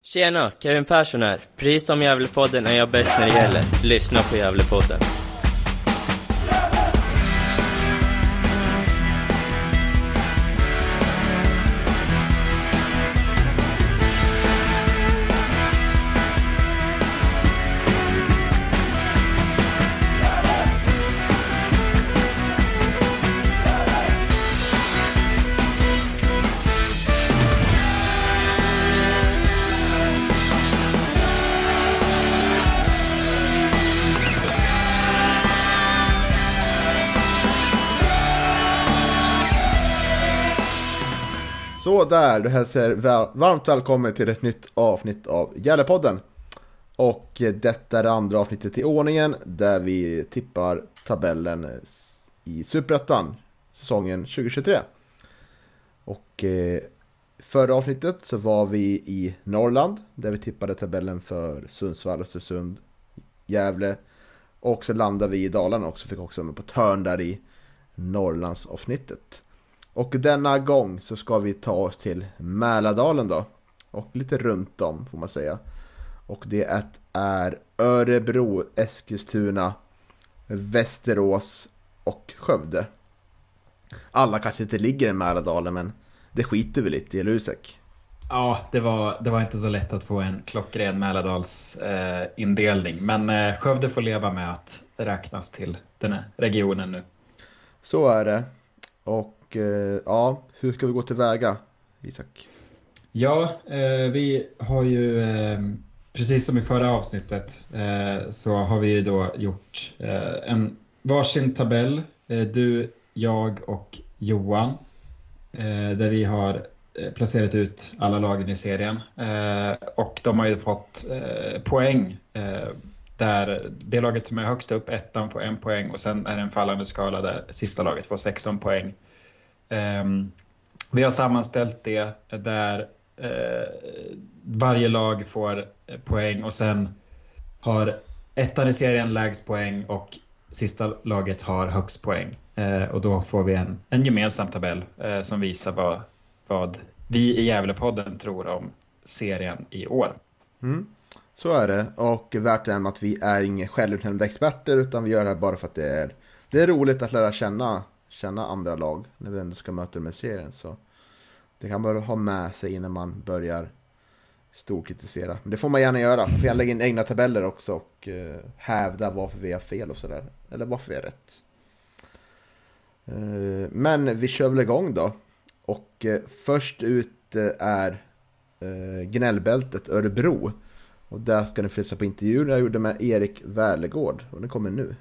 Tjena, Kevin Persson här. Precis som Gävlepodden är jag bäst när det gäller. Lyssna på Gävlepodden. Så där, du hälsar varmt välkommen till ett nytt avsnitt av Gävlepodden. Och detta är det andra avsnittet i ordningen där vi tippar tabellen i Superettan säsongen 2023. Och förra avsnittet så var vi i Norrland där vi tippade tabellen för Sundsvall, Östersund, Gävle. Och så landade vi i Dalarna också, fick också med på törn där i Norrlands avsnittet. Och denna gång så ska vi ta oss till Mälardalen då. Och lite runt om får man säga. Och det är Örebro, Eskilstuna, Västerås och Skövde. Alla kanske inte ligger i Mälardalen, men det skiter vi lite i, Lusek. Ja, det var inte så lätt att få en klockren Mälardals indelning. Men Skövde får leva med att räknas till den här regionen nu. Så är det. Och ja, hur ska vi gå tillväga, Isak? Ja, vi har ju precis som i förra avsnittet så har vi ju då gjort en varsin tabell, du, jag och Johan, där vi har placerat ut alla lagen i serien, och de har ju fått poäng där det laget som är högst upp, ettan, får 1 poäng, och sen är det en fallande skala där sista laget får 16 poäng. Vi har sammanställt det där varje lag får poäng, och sen har ettan i serien lägst poäng och sista laget har högst poäng. Och då får vi en gemensam tabell som visar vad vi i Gävlepodden tror om serien i år. Så är det, och värt är att vi är inga självutnämnda experter, utan vi gör det här bara för att det är roligt att lära känna andra lag när vi ändå ska möta dem med serien. Så det kan man ha med sig innan man börjar storkritisera. Men det får man gärna göra. Vi kan lägga in egna tabeller också och hävda varför vi har fel och sådär. Eller varför vi har rätt. Men vi kör väl igång då. Och först ut är gnällbältet Örebro. Och där ska ni få lyssna på intervjun jag gjorde med Erik Wärlegård. Och den kommer nu.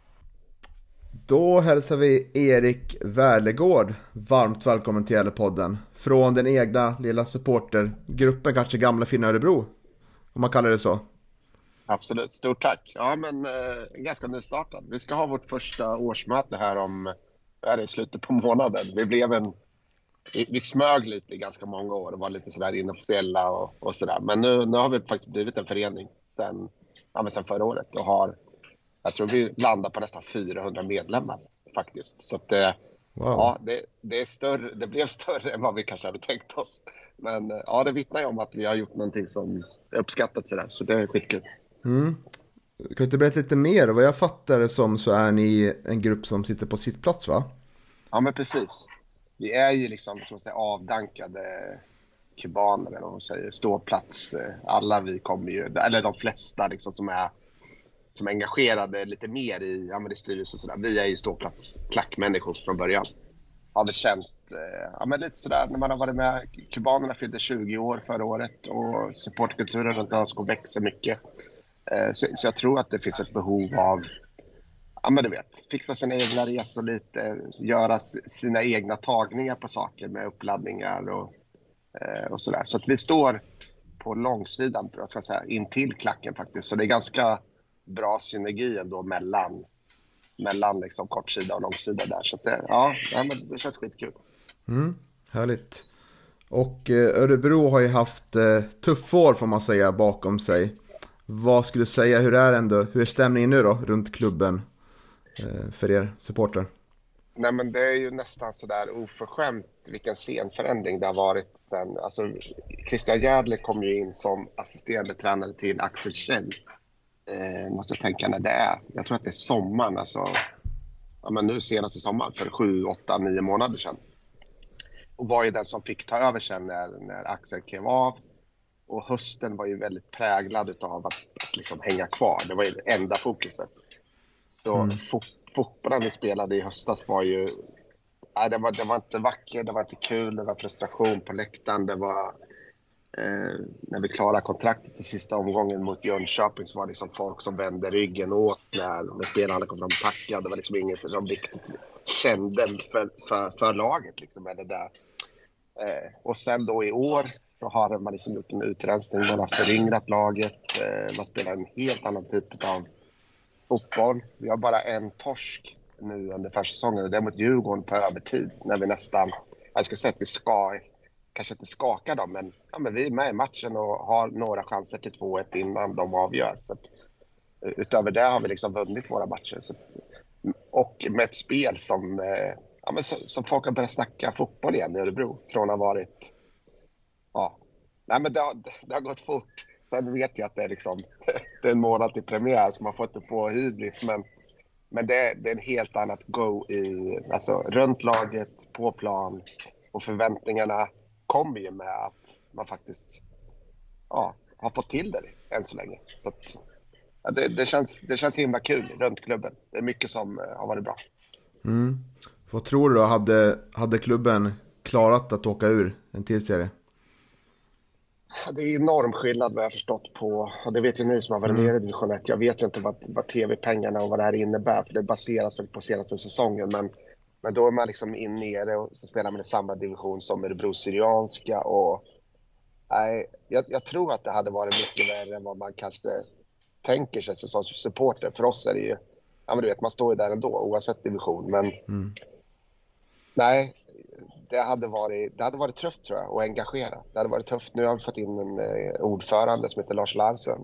Då hälsar vi Erik Wärlegård varmt välkommen till Gävlepodden. Från den egna lilla supportergruppen, kanske gamla fina Örebro, om man kallar det så. Absolut, stort tack. Ja, men ganska nystartad. Vi ska ha vårt första årsmöte här om i slutet på månaden. Vi smög lite i ganska många år och var lite sådär inofficiella och sådär. Men nu har vi faktiskt blivit en förening sen förra året och jag tror vi landar på nästan 400 medlemmar faktiskt. Så att wow. Ja, det är större, det blev större än vad vi kanske hade tänkt oss. Men ja, det vittnar ju om att vi har gjort någonting som är uppskattat sådär. Så det är skitkul. Kan du inte berätta lite mer? Vad jag fattar det som så är ni en grupp som sitter på sitt plats, va? Ja, men precis. Vi är ju liksom, som man säger, avdankade kubaner, eller vad man säger, ståplats. Alla vi kommer ju, eller de flesta liksom som är engagerade lite mer i styrelse och sådär. Vi är ju ståplats klackmänniskor från början. Har vi känt lite sådär när man har varit med. Kubanerna fyllde 20 år förra året och supportkulturen runt Örebro växer mycket. Så jag tror att det finns ett behov av fixa sina egna resor lite, göra sina egna tagningar på saker med uppladdningar och sådär. Så att vi står på långsidan, jag ska säga, in till klacken faktiskt. Så det är ganska bra synergi ändå mellan liksom kortsida och långsida där. Så att det känns skitkul. Härligt. Och Örebro har ju haft tuff år får man säga bakom sig. Vad skulle du säga, hur är stämningen nu då runt klubben för er supporter? Nej, men det är ju nästan sådär oförskämt vilken scenförändring det har varit sen. Alltså, Christian Järdler kom ju in som assisterande tränare till Axel Kjell. Måste tänka när det är. Jag tror att det är sommaren, alltså. Ja, men nu senaste sommaren för 7, 8, 9 månader sedan. Och var ju den som fick ta över sen när Axel klev av. Och hösten var ju väldigt präglad av att liksom hänga kvar. Det var ju det enda fokuset. Så fotbollen vi spelade i höstas var ju... Nej, det var inte vackert, det var inte kul, det var frustration på läktaren. Det var... när vi klarade kontraktet i sista omgången mot Jönköping så var det liksom folk som vände ryggen åt när spelarna kom fram och tackade. Det var liksom ingen som riktigt kände för laget. Liksom, eller där. Och sen då i år så har man liksom gjort en utrensning. Man har föryngrat laget. Man spelar en helt annan typ av fotboll. Vi har bara en torsk nu under försäsongen och det är mot Djurgården på övertid. När vi nästan, jag skulle säga att vi kanske inte skakar dem, men vi är med i matchen och har några chanser till 2-1 innan de avgör. Så att, utöver det har vi liksom vunnit våra matcher. Så att, och med ett spel som folk har börjat snacka fotboll igen i Örebro. Från att ha varit... Ja, nej, men det har gått fort. Sen vet jag att det är, liksom, det är en månad till premiär som har fått det på hybris. Men det är en helt annat go alltså, runt laget, på plan. Och förväntningarna kommer ju med att man faktiskt har fått till det än så länge. Så att, det känns himla kul runt klubben. Det är mycket som har varit bra. Vad tror du då? Hade klubben klarat att åka ur en till serie? Det är enorm skillnad vad jag har förstått på, och det vet ju ni som har varit nere i division 1. Jag vet ju inte vad tv-pengarna och vad det här innebär, för det baseras väl på senaste säsongen. Men då är man liksom in nere och så spelar man i samma division som Örebro Syrianska. Och jag tror att det hade varit mycket värre än vad man kanske tänker sig som supporter. För oss är det ju, ja men du vet, man står ju där ändå oavsett division. Men nej, det hade varit tufft tror jag, och engagera. Det hade varit tufft. Nu har vi fått in en ordförande som heter Lars Larsen.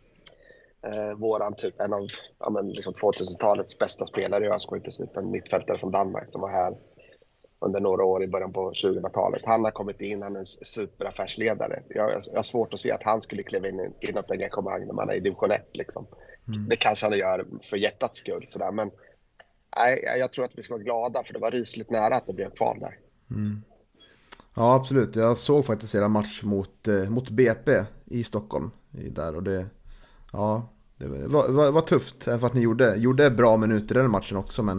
Våran typ en av liksom 2000-talets bästa spelare i ÖSK i princip. En mittfältare från Danmark som var här under några år i början på 2000-talet. Han har kommit in, han är en superaffärsledare. Jag har svårt att se att han skulle kliva in i något engagemang när man är i division 1 liksom. Det kanske han gör för hjärtats skull sådär. Men nej, jag tror att vi ska vara glada, för det var rysligt nära att det blev kvar där. Ja, absolut. Jag såg faktiskt era match mot BP i Stockholm där, och det var tufft, även för att ni gjorde bra minuter i den matchen också, men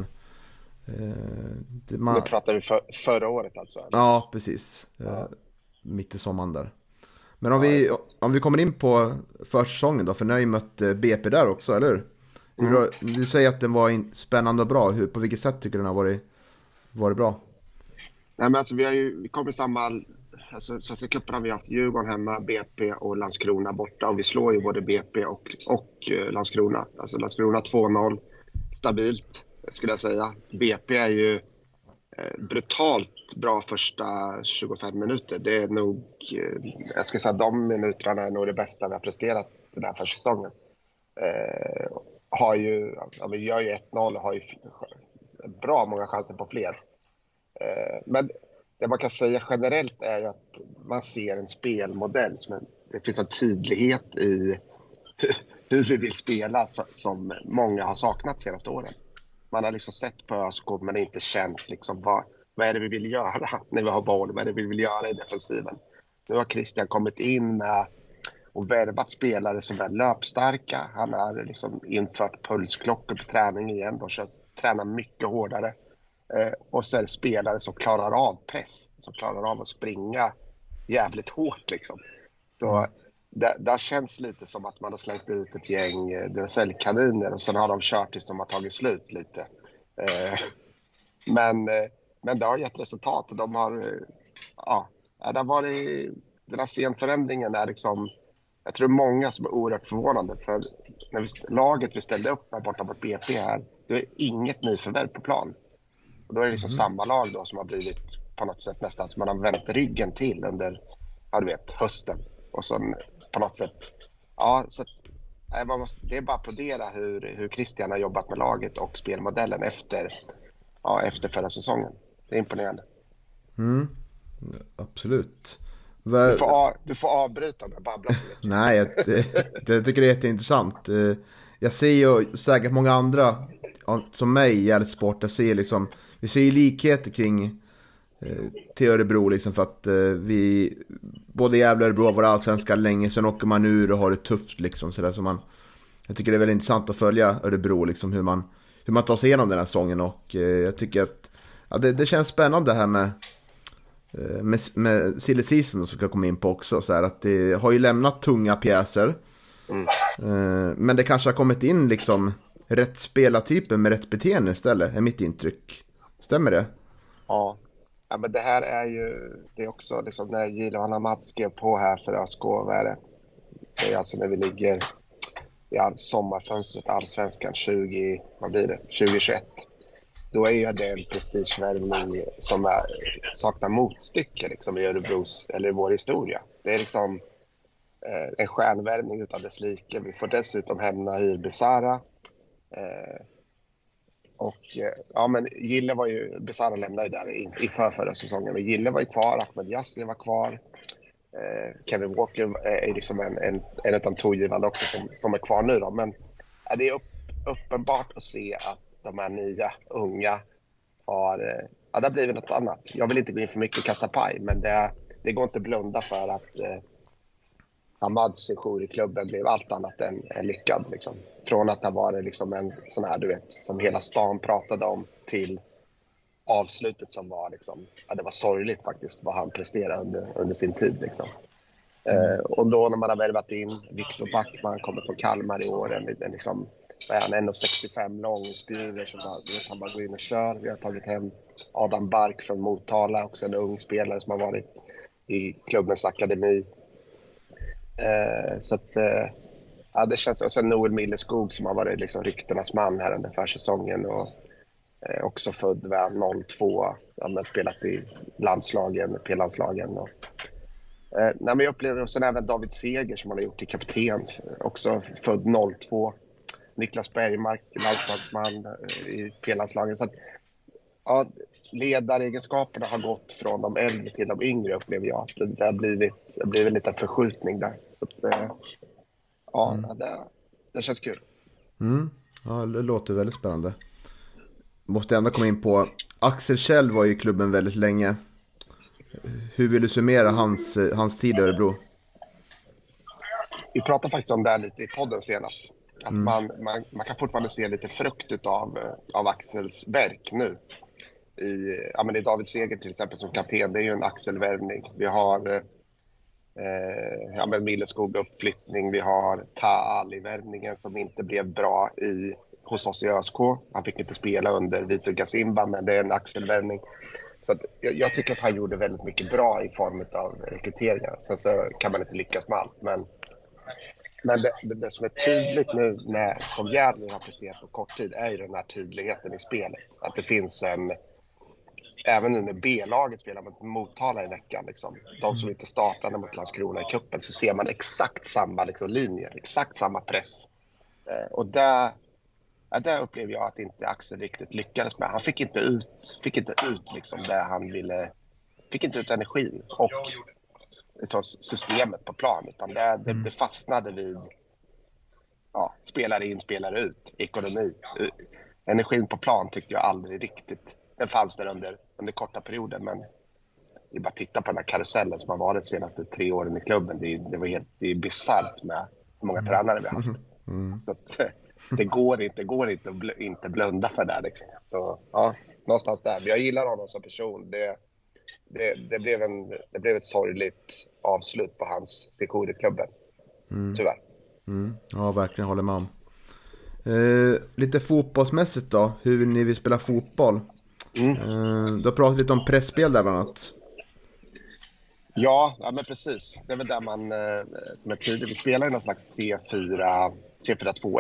nu pratar vi förra året alltså. Eller? Ja, precis. Mitt i sommaren där. Men om vi kommer in på försäsongen då, för ni har ju mött BP där också, eller hur? Du säger att den var spännande och bra. På vilket sätt tycker du den har varit bra? Nej, men alltså vi kommer samma, alltså Svenska cupen har vi haft Djurgården hemma, BP och Landskrona borta, och vi slår ju både BP och Landskrona. Alltså Landskrona 2-0 stabilt skulle jag säga. BP är ju brutalt bra första 25 minuter. Det är nog, jag ska säga, de minuterna är nog det bästa vi har presterat den här försäsongen. Vi gör ju 1-0 och har ju bra många chanser på fler. Men det man kan säga generellt är att man ser en spelmodell det finns en tydlighet i hur vi vill spela som många har saknat senaste åren. Man har liksom sett på ÖSK men inte känt liksom vad är det vi vill göra när vi har boll, vad är det vi vill göra i defensiven. Nu har Christian kommit in med och värvat spelare som är löpstarka. Han har liksom infört pulsklockor på träning igen. De tränar mycket hårdare. Och så är det spelare som klarar av press, som klarar av att springa jävligt hårt liksom. Så det känns lite som att man har slängt ut ett gäng Duracell-kaniner och sen har de kört tills de har tagit slut lite. Men det har gett resultat, och de har det har varit, den här scenförändringen är liksom, jag tror många som är oerhört förvånande, för när laget vi ställde upp här borta mot BP här, det är inget nyförvärv på plan. Och då är det liksom samma lag då som har blivit på något sätt nästan som man har vänt ryggen till under, hösten. Och så på något sätt, så det är bara att applådera hur Christian har jobbat med laget och spelmodellen efter efter förra säsongen. Det är imponerande. Absolut. Du får avbryta med babbla. Nej, jag tycker det är jätteintressant. Jag ser ju säkert många andra som mig i Gällsport. Jag ser liksom, vi ser ju likheter kring till Örebro liksom, för att vi både Gävle och Örebro har varit allsvenska länge, sen åker man ur och har det tufft liksom, så där, så jag tycker det är väldigt intressant att följa Örebro liksom, hur man tar sig igenom den här säsongen, och jag tycker att det känns spännande här med silly season som ska komma in på också, så här, att det har ju lämnat tunga pjäser, men det kanske har kommit in liksom rätt spelartyper med rätt beteende istället, är mitt intryck. Stämmer det? Ja, men det här är ju, det är också liksom när Gille och Hanna Mats skrev på här för ÖSK, vad är det? Det är alltså när vi ligger i sommarfönstret allsvenskan 2021. Då är det en prestigevärvning som saknar motstycke liksom, i Örebros eller i vår historia. Det är liksom en stjärnvärvning utan dess like. Vi får dessutom hem Nahir Besara. Men Gille var ju, Besara lämnade ju där i förra säsongen, men Gille var ju kvar, Ahmed Yassli var kvar, Kevin Walker är liksom en av de tongivande också som är kvar nu då, men det är uppenbart att se att de här nya unga har det blivit något annat. Jag vill inte gå in för mycket och kasta paj, men det går inte att blunda för att Hamads sejour i klubben blev allt annat än lyckad. Liksom. Från att ha varit liksom en sån här, du vet, som hela stan pratade om, till avslutet som var liksom, det var sorgligt faktiskt vad han presterade under sin tid. Liksom. Och då när man har värvat in Viktor Backman, kommer från Kalmar i år, en liksom, han är 1,65 lång, spjuver som han bara går in och kör. Vi har tagit hem Adam Bark från Motala, också en ung spelare som har varit i klubbens akademi. Så att det känns, och sen Noel Milleskog som har varit liksom ryktenas man här under försäsongen och också född 02, har spelat i landslagen, P-landslagen och men jag upplever, och sen även David Seger som han har gjort till kapten, också född 02. Niklas Bergmark, landslagsman i P-landslagen. Så att, ledaregenskaperna har gått från de äldre till de yngre, upplever jag. Det har blivit en liten förskjutning där. Så att, det känns kul. Ja, det låter väldigt spännande. Måste ändå komma in på, Axel Kjell var i klubben väldigt länge. Hur vill du summera hans tid i Örebro? Vi pratade faktiskt om det här lite i podden senast. Att man kan fortfarande se lite frukt av Axels verk nu. I David Seger till exempel som kapten, det är ju en Axel-värvning. Vi har Milleskog uppflyttning, vi har Taal i värvningen som inte blev bra hos oss i ÖSK. Han fick inte spela under Vitor Gasimba, men det är en Axel-värvning. Så att jag tycker att han gjorde väldigt mycket bra i form av rekryteringar. Sen så kan man inte lyckas med allt, men det som är tydligt nu som Järni har presterat på kort tid är ju den här tydligheten i spelet. Att det finns även under B-laget spelar mot Motala i veckan. Liksom. De som inte startade mot Landskrona i kuppen, så ser man exakt samma liksom, linje, exakt samma press. Och där upplever jag att inte Axel riktigt lyckades med. Han fick inte ut liksom, det han ville, fick inte ut energin och systemet på plan, utan det fastnade vid spelare in, spelare ut, ekonomi. Energin på plan tyckte jag aldrig riktigt, den fanns där under korta perioder, men det är bara att titta på den här karusellen som har varit de senaste 3 åren i klubben. Det är bisarrt med hur många tränare vi har haft. Så att, det går inte blunda för det liksom. Så någonstans där. Jag gillar honom som person. Det blev ett sorgligt avslut på hans sejour i klubben. Tyvärr. Ja, verkligen, håller med om. Lite fotbollsmässigt då. Hur ni vill spela fotboll? Du har pratat lite om pressspel där bland annat. Ja, men precis. Det är väl där man som är tydligt. Vi spelar i någon slags 3-4-2-1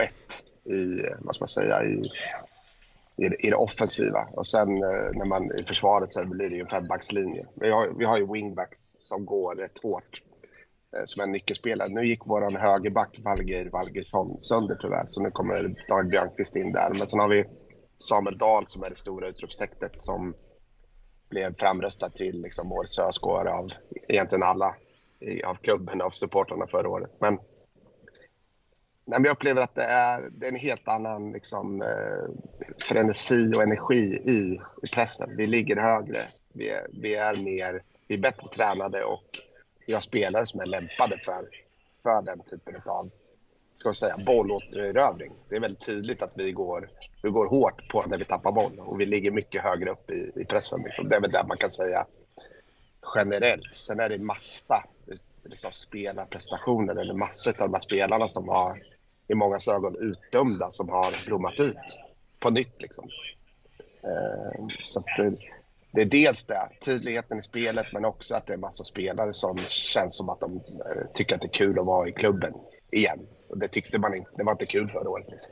i det offensiva. Och sen när man i försvaret så blir det ju en 5-backslinje. Vi har ju wingbacks som går rätt hårt som en nyckelspelare. Nu gick våran högerback Valgersson sönder tyvärr, så nu kommer Dag Björnqvist in där. Men sen har vi Samuel Dahl som är det stora utropstecknet som blev framröstad till liksom årets högskårare av egentligen alla av klubben, av supportrarna förra året. Men jag upplever att det är en helt annan liksom, frenesi och energi i pressen. Vi ligger högre, vi är bättre tränade och vi har spelare som är lämpade för den typen av, ska jag säga, bollåterövring. Det är väldigt tydligt att vi går hårt på när vi tappar boll och vi ligger mycket högre upp i pressen. Liksom. Det är väl det man kan säga generellt. Sen är det massa liksom, spelarprestationer eller massor av de här spelarna som har i många ögon utdömda som har blommat ut på nytt. Liksom. Så att det är dels det, tydligheten i spelet, men också att det är massa spelare som känns som att de tycker att det är kul att vara i klubben igen. Och det tyckte man inte, det var inte kul förra året. Liksom.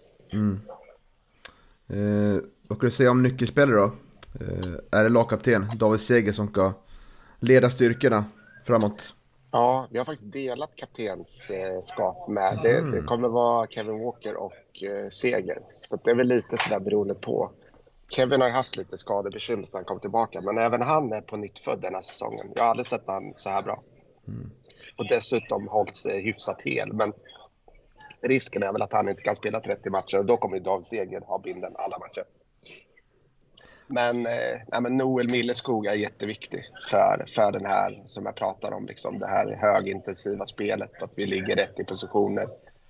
Vad kan du säga om nyckelspelare då? Är det lagkapten David Seger som ska leda styrkorna framåt? Ja, vi har faktiskt delat kaptenskap med. Det kommer vara Kevin Walker och Seger. Så det är väl lite sådär beroende på. Kevin har ju haft lite skadebekymmer sedan han kom tillbaka. Men även han är på nytt född den här säsongen. Jag har aldrig sett han så här bra. Och dessutom hållit sig hyfsat hel. Men risken är väl att han inte kan spela 30 matcher. Och då kommer ju David Seger ha binden alla matcher. Men Noel Milleskog är jätteviktig för den här som jag pratar om, liksom det här högintensiva spelet, att vi ligger rätt i positioner.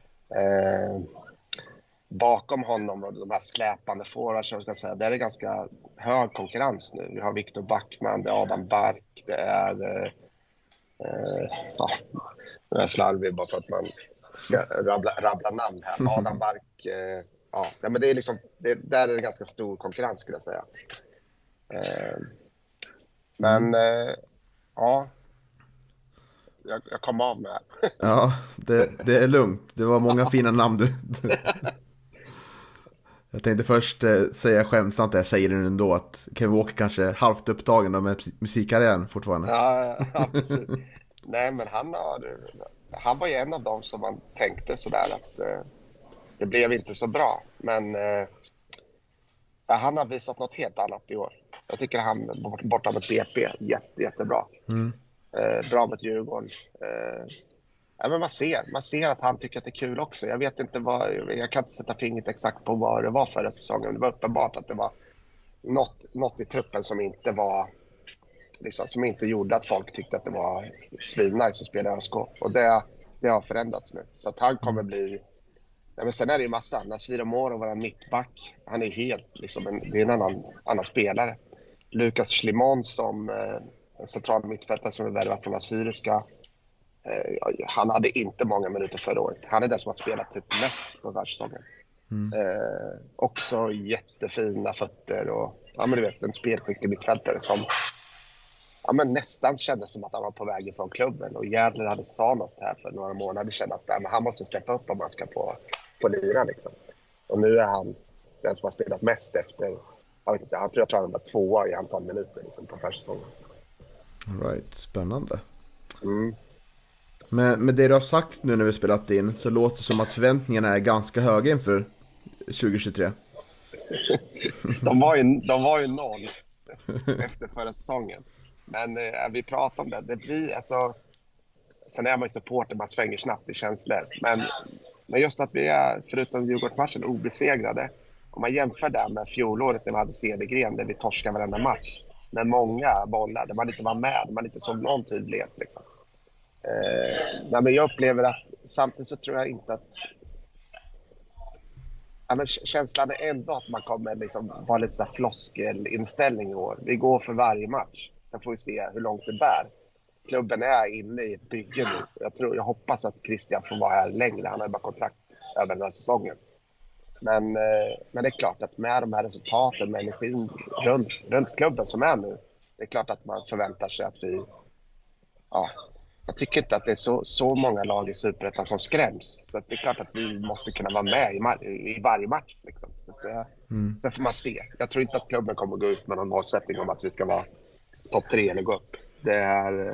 Bakom honom och de här släpande forwards, så ska jag säga, där är ganska hög konkurrens nu. Vi har Viktor Backman, det är Adam Bark, det är nu är jag slarvig bara för att man ska rabbla namn här. Adam Bark, men det är liksom, där är det ganska stor konkurrens skulle jag säga. Jag kom av med. Ja, det är lugnt. Det var många fina namn du. Jag tänkte först säga skämtsamt, jag säger det nu ändå, att Kevin Walker kanske är halvt upptagen med musikkarriären fortfarande. Ja, precis. Nej, men han var ju en av dem som man tänkte sådär att det blev inte så bra. Men han har visat något helt annat i år. Jag tycker han borta med BP jättebra. Bra med Djurgården. Men man ser att han tycker att det är kul också. Jag vet inte jag kan inte sätta fingret exakt på vad det var förra säsongen. Det var uppenbart att det var något i truppen som inte var liksom, som inte gjorde att folk tyckte att det var svinnice att spela ÖSK. Och det har förändrats nu. Så att han kommer bli. Men sen är det ju massa. Nasir Moro, vår mittback, han är helt liksom det är en annan spelare. Lukas Schlimon som en central mittfältare som är värvad från Assyriska. Han hade inte många minuter förra året. Han är den som har spelat typ mest på världssäsongen. Också jättefina fötter och men du vet, en spelskicklig mittfältare som nästan kändes som att han var på väg ifrån klubben. Och Jädler hade sa något här för några månader sedan att han måste steppa upp om man ska få lira liksom. Och nu är han den som har spelat mest efter, jag tror han var 2 i antal minuter liksom, på försäsongen. Right, spännande. Men med det du har sagt nu när vi spelat in så låter det som att förväntningarna är ganska höga inför 2023. de var ju 0 efter förra säsongen. Men vi pratar om det. Det blir alltså. Sen är man ju supporter, man svänger snabbt i känslor. Men just att vi är, förutom Djurgårdsmatchen, obesegrade. Om man jämför det med fjolåret när vi hade Cedergren där vi torskade varenda match. Med många bollar, där man inte var med, man inte såg någon tydlighet liksom. Men jag upplever att samtidigt så tror jag inte att känslan är ändå att man kommer liksom vara lite så här floskelinställning i år. Vi går för varje match. Sen får vi se hur långt det bär. Klubben är inne i ett bygge nu. Jag hoppas att Christian får vara här längre. Han har ju bara kontrakt över den här säsongen. Men det är klart att med de här resultaten, med energin runt klubben som är nu, det är klart att man förväntar sig att vi. Jag tycker inte att det är så många lag i Superettan som skräms. Så det är klart att vi måste kunna vara med i varje match. Liksom. Så det får man se. Jag tror inte att klubben kommer gå ut med någon målsättning om att vi ska vara topp 3 eller gå upp. Det är.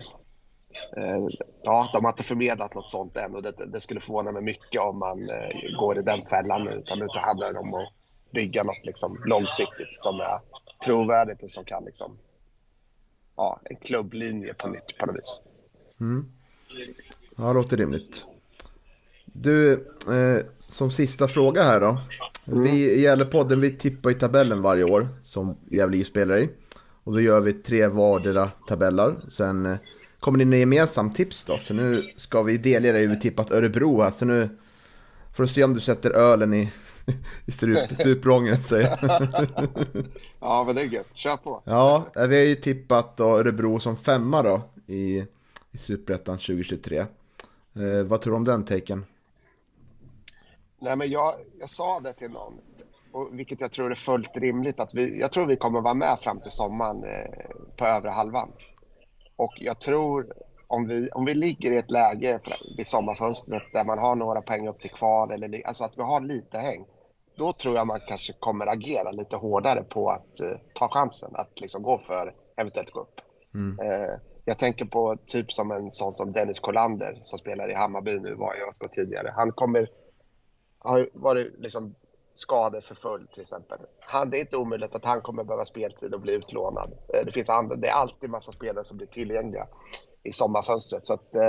De har inte förmedlat något sånt än. Och det skulle förvåna mig mycket om man går i den fällan nu. Utan nu handlar det om bygga något liksom långsiktigt som är trovärdigt och som kan liksom, ja, en klubblinje på nytt på något vis. Ja, det låter rimligt. Du, som sista fråga här då. Vi i Gävlepodden, vi tippar i tabellen varje år som Gävle spelar i. Och då gör vi 3 vardera tabeller. Sen kommer det in en gemensam tips då. Så nu ska vi delge dig hur vi tippat Örebro här. Så nu får du se om du sätter ölen i stuprången. Ja, men det är gött. Kör på. Ja, vi har ju tippat då Örebro som 5:a då i Superettan 2023. Vad tror du om den taken? Nej, men jag sa det till någon, och vilket jag tror är fullt rimligt, att jag tror vi kommer vara med fram till sommaren på övre halvan. Och jag tror om vi ligger i ett läge vid sommarfönstret där man har några poäng upp till kval, eller alltså att vi har lite häng, då tror jag man kanske kommer agera lite hårdare på att ta chansen att liksom gå för eventuellt gå upp. Jag tänker på typ som en sån som Dennis Kolander som spelar i Hammarby nu, var jag på tidigare. Han har varit liksom skadeförföljd till exempel. Det är inte omöjligt att han kommer behöva speltid och bli utlånad. Det är alltid massa spelare som blir tillgängliga i sommarfönstret. Så att,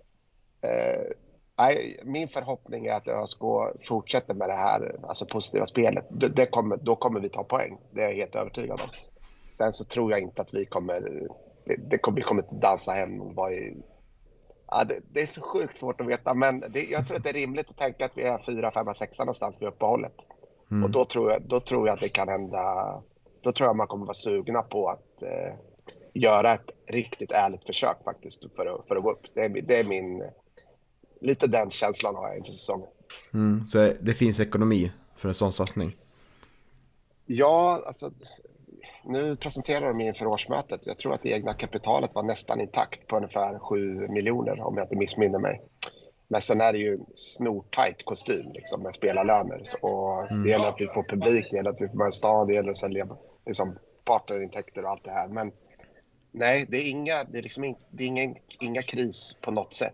min förhoppning är att ÖSK fortsätter med det här, alltså positiva spelet. Då kommer vi ta poäng. Det är jag helt övertygad om. Sen så tror jag inte att vi kommer inte dansa hem och vara i... Ja, det är så sjukt svårt att veta, men jag tror att det är rimligt att tänka att vi är 4, 5, 6 någonstans vid uppehållet. Och då tror jag att det kan hända. Då tror jag man kommer vara sugna på att göra ett riktigt ärligt försök faktiskt för att gå upp. Det är min... Lite den känslan har jag inför säsongen. Så det finns ekonomi för en sån satsning? Ja, alltså... Nu presenterar de inför årsmötet. Jag tror att det egna kapitalet var nästan intakt på ungefär 7 miljoner om jag inte missminner mig. Men sen är det ju en snortajt kostym liksom, med spelarlöner. Och det gäller att vi får publik, det gäller att vi får en stad, det gäller att sälja liksom, partnerintäkter och allt det här. Men nej, det är inga kris på något sätt.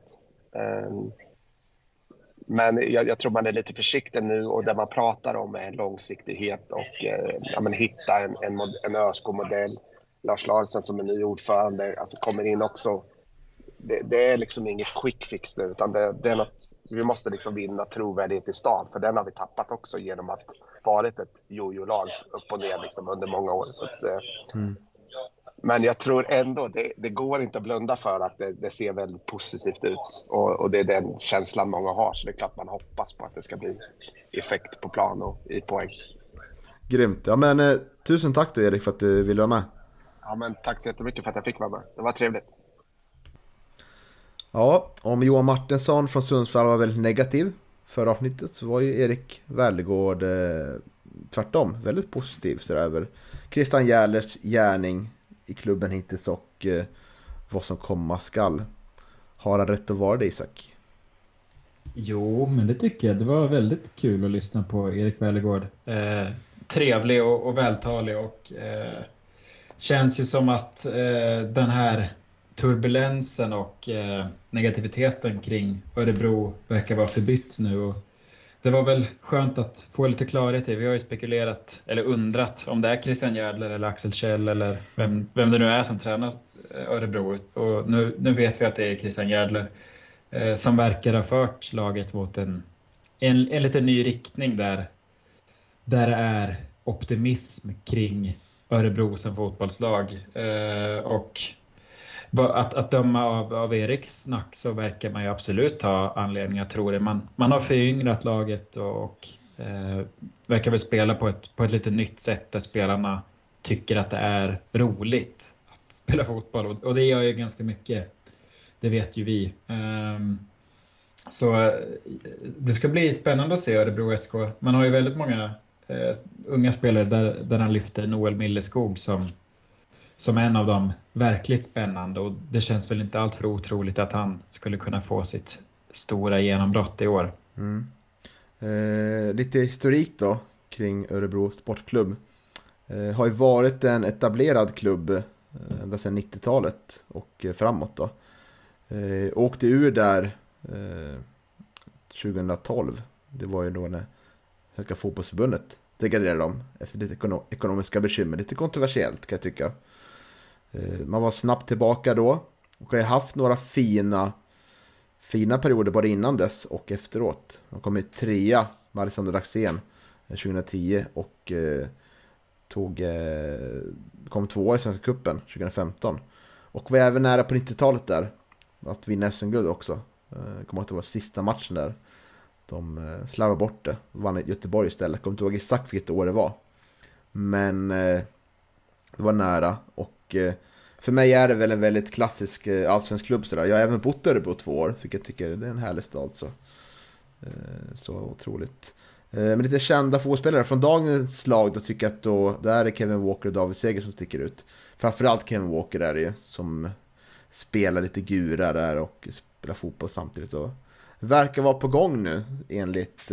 Men jag tror man är lite försiktig nu, och där man pratar om en långsiktighet och hitta en ÖSK-modell. Lars Larsen som är ny ordförande alltså kommer in också. Det är liksom inget quick fix nu, utan det är något, vi måste liksom vinna trovärdighet i stan, för den har vi tappat också genom att varit ett jojo-lag upp och ner liksom under många år. Så att, men jag tror ändå det går inte att blunda för att det ser väldigt positivt ut, och det är den känslan många har, så det är klart man hoppas på att det ska bli effekt på plan och i poäng. Grymt. Ja, men tusen tack då Erik för att du ville vara med. Ja, men tack så jättemycket för att jag fick vara med. Det var trevligt. Ja, om Johan Martinsson från Sundsvall var väldigt negativ förra avsnittet, så var ju Erik Wärlegård tvärtom väldigt positiv så över Christian Jählers gärning i klubben hittills och vad som komma skall. Har han rätt att vara det, Isak? Jo, men det tycker jag. Det var väldigt kul att lyssna på Erik Wärlegård. Trevlig och vältalig, och känns ju som att den här turbulensen och negativiteten kring Örebro verkar vara förbytt nu, och det var väl skönt att få lite klarhet i. Vi har ju spekulerat eller undrat om det är Christian Järdler eller Axel Kjell eller vem det nu är som tränat Örebro, och nu vet vi att det är Christian Järdler som verkar ha fört laget mot en lite ny riktning där det är optimism kring Örebro som fotbollslag, och att döma av Eriks snack så verkar man ju absolut ha anledning att tro det. Man har föryngrat laget och verkar väl spela på ett lite nytt sätt där spelarna tycker att det är roligt att spela fotboll, och det gör ju ganska mycket. Det vet ju vi. Så det ska bli spännande att se Örebro SK. Man har ju väldigt många unga spelare där han lyfter Noel Milleskog som en av dem verkligt spännande, och det känns väl inte allt för otroligt att han skulle kunna få sitt stora genombrott i år. Lite historik då kring Örebro Sportklubb. Har ju varit en etablerad klubb ända sedan 90-talet och framåt då. Åkte ur där 2012. Det var ju då när Svenska fotbollsförbundet degraderade de efter lite ekonomiska bekymmer. Lite kontroversiellt kan jag tycka. Man var snabbt tillbaka då och har haft några fina perioder både innan dess och efteråt. De kom i 3 med Alexander Axén 2010 och kom 2 i Svenska cupen 2015. Och var även nära på 90-talet där att vinna SM-guld också. Kommer ihåg att det var sista matchen där. De slarvade bort det. Vann i Göteborg istället. Kommer inte ihåg exakt vilket år det var. Men det var nära. Och för mig är det väl en väldigt klassisk allsvensk klubb. Jag har även bott i Örebro 2 år. Vilket jag tycker det är en härlig stad. Så otroligt. Men lite kända fotbollsspelare från dagens lag. Då tycker jag att då är det Kevin Walker och David Seger som sticker ut. Framförallt Kevin Walker är det ju. Som spelar lite gura där och spelar fotboll samtidigt. Och verkar vara på gång nu enligt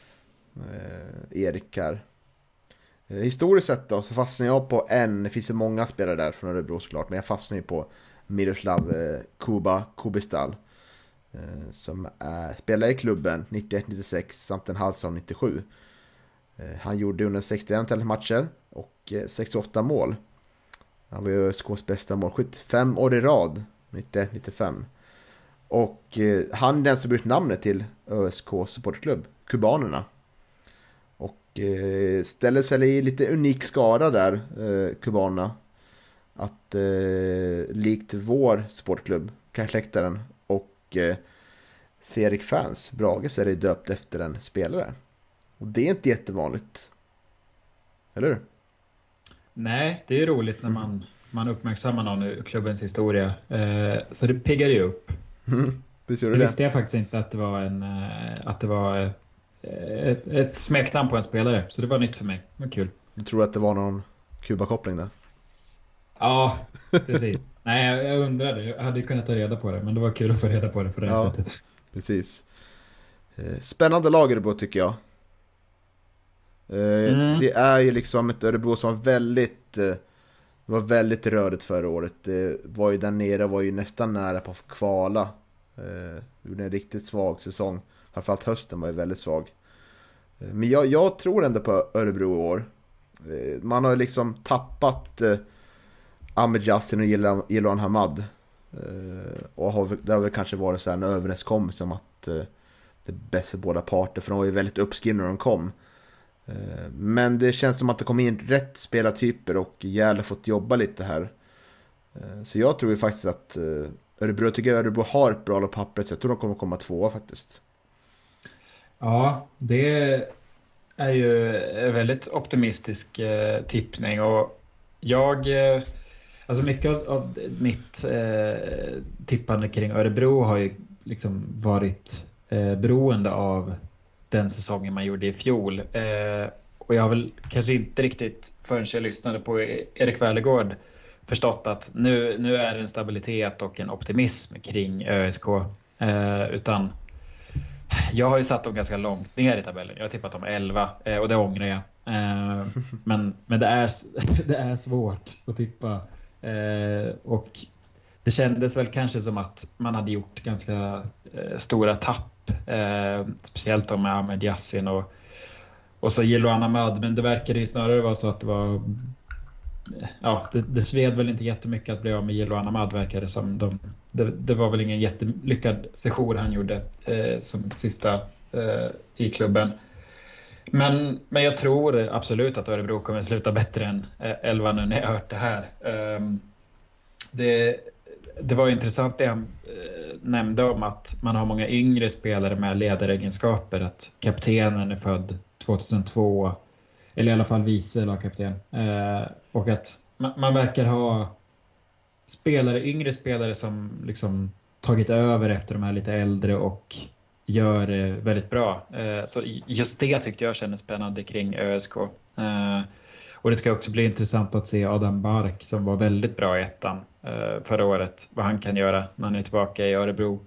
Erik här. Historiskt sett då så fastnar jag på det finns ju många spelare där från Örebro såklart, men jag fastnar ju på Miroslav Kubistal som spelar i klubben 91-96 samt en halvsäsong 97. Han gjorde under 61 matcher och 68 mål. Han var ju ÖSK:s bästa målskytt 5 år i rad 91-95. Och han är den som bytt namnet till ÖSK supportklubb, Kubanerna. Och ställer sig i lite unik skara där, Kubanerna. Att likt vår supportklubb, Karsläktaren och Serik Fans, Brage, så är det döpt efter en spelare. Och det är inte jättevanligt. Eller hur? Nej, det är roligt när man uppmärksammar någon i klubbens historia. Så det piggar ju upp. Det visste jag faktiskt inte att det var ett smeknamn på en spelare. Så det var nytt för mig. Det var kul. Du tror att det var någon Kuba-koppling där? Ja, precis. Nej, jag undrade. Jag hade kunnat ta reda på det. Men det var kul att få reda på det på det sättet. Precis. Spännande lag Örebro tycker jag. Det är ju liksom ett Örebro som var väldigt rörigt förra året. Det var ju där nere, var ju nästan nära på att kvala. Gjorde en riktigt svag säsong. Framförallt hösten var ju väldigt svag. Men jag tror ändå på Örebro i år. Man har ju liksom tappat Ahmed Yassin och Jiloan Hamad. Och det har väl kanske varit så här en överenskommelse om att det är bäst för båda parter. För de var ju väldigt uppskrivna när de kom. Men det känns som att det kom in rätt spelartyper och Gävle fått jobba lite här. Så jag tror ju faktiskt att Örebro har ett bra lag på pappret, så jag tror de kommer komma 2 faktiskt. Ja, det är ju en väldigt optimistisk tippning och alltså mycket av mitt tippande kring Örebro har ju liksom varit beroende av den säsongen man gjorde i fjol. Och jag har väl kanske inte riktigt förrän jag lyssnade på Erik Wärlegård förstått att nu är det en stabilitet och en optimism kring ÖSK. Utan jag har ju satt dem ganska långt ner i tabellen. Jag har tippat dem 11 och det ångrar jag. Men det är svårt att tippa. Och det kändes väl kanske som att man hade gjort ganska stora tapp. Speciellt med Ahmed Yassin och så Jiloan Hamad. Men det verkade ju snarare vara så att det var... Ja, det sved väl inte jättemycket att bli av med Jiloan Hamad, verkade som. Det var väl ingen jättelyckad session han gjorde som sista i klubben. Men jag tror absolut att Örebro kommer sluta bättre än 11 nu när jag hört det här. Det var intressant det han nämnde om att man har många yngre spelare med ledaregenskaper. Att kaptenen är född 2002, eller i alla fall vice lagkapten. Och att man verkar ha yngre spelare som liksom tagit över efter de här lite äldre och gör det väldigt bra. Så just det tyckte jag kändes spännande kring ÖSK. Och det ska också bli intressant att se Adam Bark som var väldigt bra i ettan förra året. Vad han kan göra när han är tillbaka i Örebro.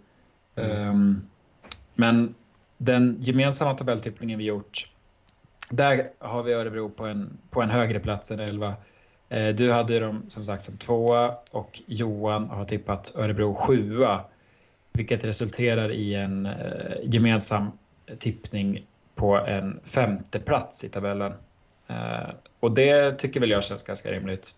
Men den gemensamma tabelltippningen vi gjort, där har vi Örebro på en högre plats än 11. Du hade dem som sagt som 2 och Johan har tippat Örebro 7. Vilket resulterar i en gemensam tippning på en 5:e plats i tabellen. Och det tycker väl jag känns ganska rimligt.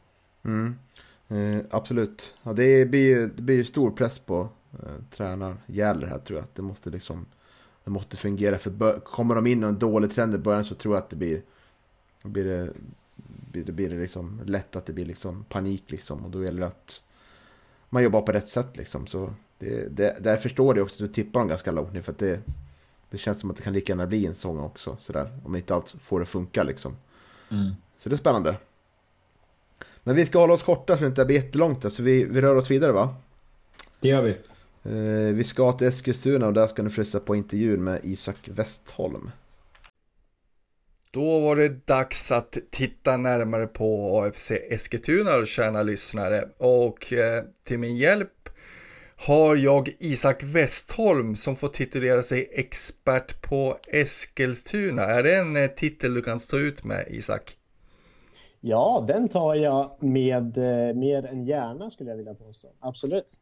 Absolut. Ja, det blir ju stor press på tränaren Jäller här, tror jag. Att det måste fungera. För kommer de in i en dålig trend i början, så tror jag att det blir liksom lätt att det blir liksom panik liksom. Och då gäller det att man jobbar på rätt sätt liksom. Så där förstår det också att du tippar dem ganska långt nu, för att det känns som att det kan lika gärna bli en sång också sådär, om inte allt får det funka liksom. Så det är spännande. Men vi ska hålla oss korta så det inte blir jättelångt där, så vi rör oss vidare, va? Det gör vi. Vi ska till Eskilstuna och där ska ni lyssna på intervjun med Isak Westholm. Då var det dags att titta närmare på AFC Eskilstuna och kära lyssnare. Och till min hjälp har jag Isak Westholm som får titulera sig expert på Eskilstuna. Är det en titel du kan stå ut med, Isak? Ja, den tar jag med mer än gärna, skulle jag vilja påstå. Absolut.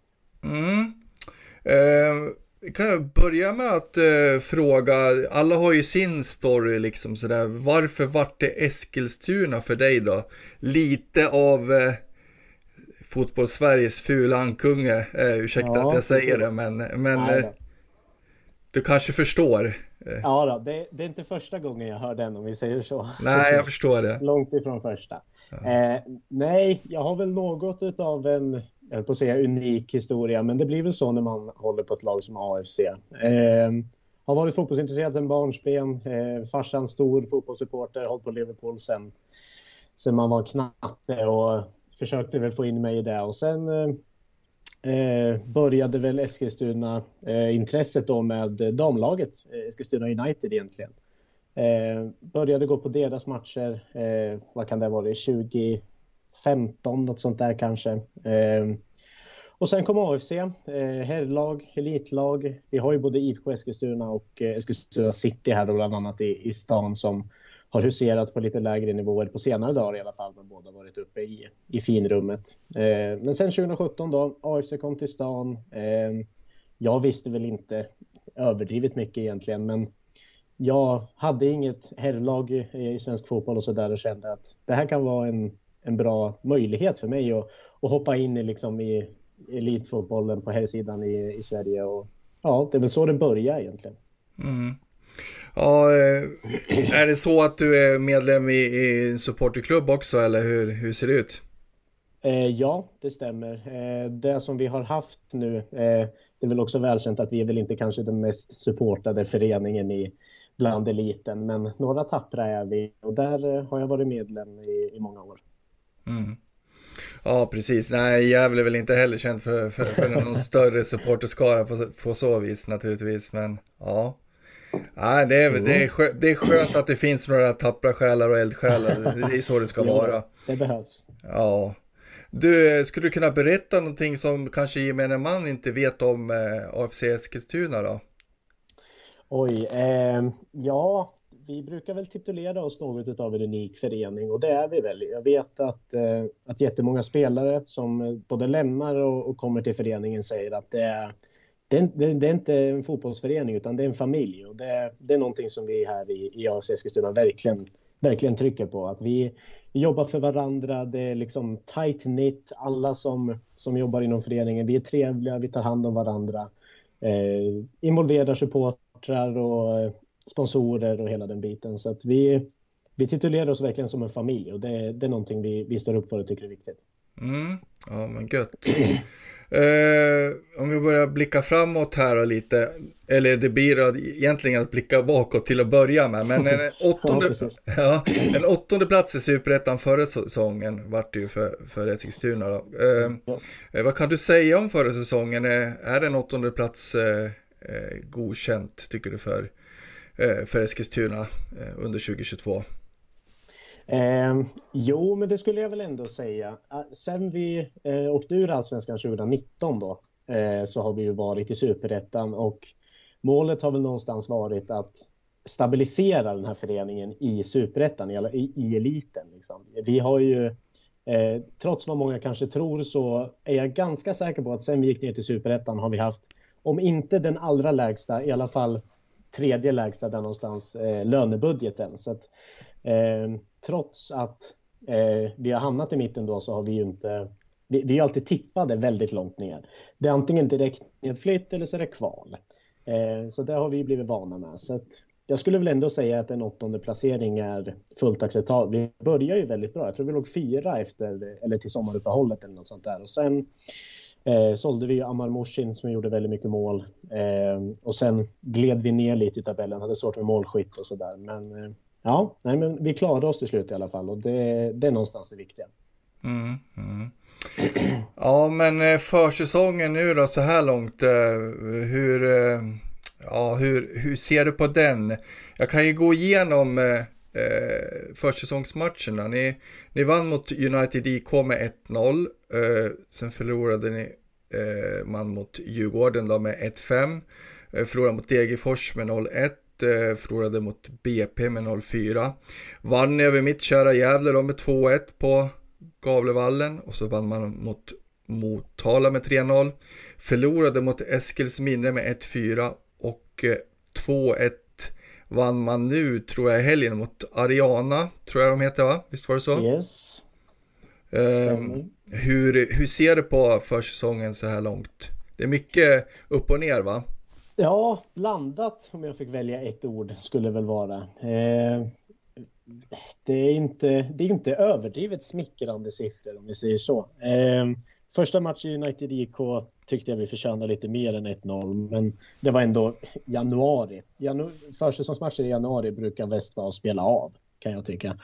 Kan jag börja med att fråga, alla har ju sin story liksom sådär. Varför vart det Eskilstuna för dig då? Lite av fotbollssveriges fula ankunge, ursäkta att jag säger det, men du kanske förstår. Ja då, det är inte första gången jag hör den, om vi säger så. Nej, jag förstår det. Långt ifrån första. Nej, jag har väl något utav en, jag höll på att säga unik historia, men det blir väl så när man håller på ett lag som AFC. Har varit fotbollsintresserad sedan barnsben, farsan stor fotbollssupporter, hållit på Liverpool sen man var knatte och försökte väl få in mig i det. Och sen började väl Eskilstuna intresset då med damlaget, Eskilstuna United egentligen. Började gå på deras matcher, vad kan det vara, 2015, något sånt där kanske. Och sen kom AFC, herrlag, elitlag. Vi har ju både IFK Eskilstuna och Eskilstuna City här då, bland annat i stan, som har huserat på lite lägre nivåer på senare dagar i alla fall, men båda varit uppe i finrummet. Men sen 2017 då, AFC kom till stan. Jag visste väl inte överdrivet mycket egentligen, men jag hade inget herrlag i svensk fotboll och så där, och kände att det här kan vara en bra möjlighet för mig att hoppa in i elitfotbollen på herrsidan i Sverige. Och ja, det är väl så det börjar egentligen. Ja, är det så att du är medlem i en supporterklubb också, eller hur ser det ut? Ja, det stämmer. Det som vi har haft nu, det är väl också välkänt att vi är väl inte kanske den mest supportade föreningen bland eliten, men några tappra är vi, och där har jag varit medlem i många år. Ja, precis. Nej, Gävle är väl inte heller känt för någon större supporterskara på så vis naturligtvis, men ja. Nej, det är skönt att det finns några tappra själar och eldsjälar. Det är så det ska vara. Det behövs. Ja. Du, skulle du kunna berätta någonting som kanske gemene man inte vet om AFC Eskilstuna då? Oj, ja, vi brukar väl titulera oss något av en unik förening, och det är vi väl. Jag vet att jättemånga spelare som både lämnar och kommer till föreningen säger att det är inte en fotbollsförening, utan det är en familj, och det är någonting som vi här i AFC Eskilstuna verkligen trycker på, att vi jobbar för varandra. Det är liksom tight knit, alla som jobbar inom föreningen, vi är trevliga, vi tar hand om varandra, involverar supportrar och sponsorer och hela den biten, så att vi titulerar oss verkligen som en familj, och det är någonting vi står upp för och tycker är viktigt. Ja, men gött. Om vi börjar blicka framåt här och lite, eller det blir egentligen att blicka bakåt till att börja med, men en åttonde plats i Superettan förra säsongen vart det ju för Eskilstuna då. Vad kan du säga om förra säsongen? Är en åttonde plats godkänt, tycker du, för Eskilstuna under 2022? Jo, men det skulle jag väl ändå säga. Sen vi åkte ur Allsvenskan 2019 då, så har vi ju varit i Superettan, och målet har väl någonstans varit att stabilisera den här föreningen i Superettan, i eliten liksom. Vi har ju, trots vad många kanske tror, så är jag ganska säker på att sen vi gick ner till Superettan har vi haft, om inte den allra lägsta, i alla fall tredje lägsta där någonstans lönebudgeten. Så att trots att vi har hamnat i mitten då, så har vi ju inte... Vi är alltid tippade väldigt långt ner. Det är antingen direkt nedflytt eller så är det kval. Så det har vi blivit vana med. Så att jag skulle väl ändå säga att en 8:e placering är fullt acceptabel. Vi börjar ju väldigt bra. Jag tror vi låg 4 efter, eller till sommaruppehållet eller något sånt där. Och sen sålde vi ju Amar Morsin som gjorde väldigt mycket mål. Och sen gled vi ner lite i tabellen. Hade svårt med målskytt och sådär. Men men vi klarade oss till slut i alla fall. Och det är någonstans det viktiga. Ja, men försäsongen nu då så här långt, hur ser du på den? Jag kan ju gå igenom försäsongsmatcherna. Ni vann mot United IK med 1-0, sen förlorade ni man mot Djurgården då med 1-5, förlorade mot Degerfors med 0-1, förlorade mot BP med 0-4, vann över mitt kära Gävle då med 2-1 på Gavlevallen, och så vann man mot Motala med 3-0, förlorade mot Eskilsminne med 1-4 och 2-1 vann man nu, tror jag, i helgen mot Ariana, tror jag de heter, va? Visst var det så? Yes. Hur ser du på försäsongen så här långt? Det är mycket upp och ner, va? Ja, blandat, om jag fick välja ett ord, skulle väl vara. Det är inte överdrivet smickrande siffror, om vi säger så. Första matchen United IK tyckte jag vi förtjänade lite mer än 1-0, men det var ändå januari. Försäsongsmatcher i januari brukar väst vara att spela av, kan jag tycka.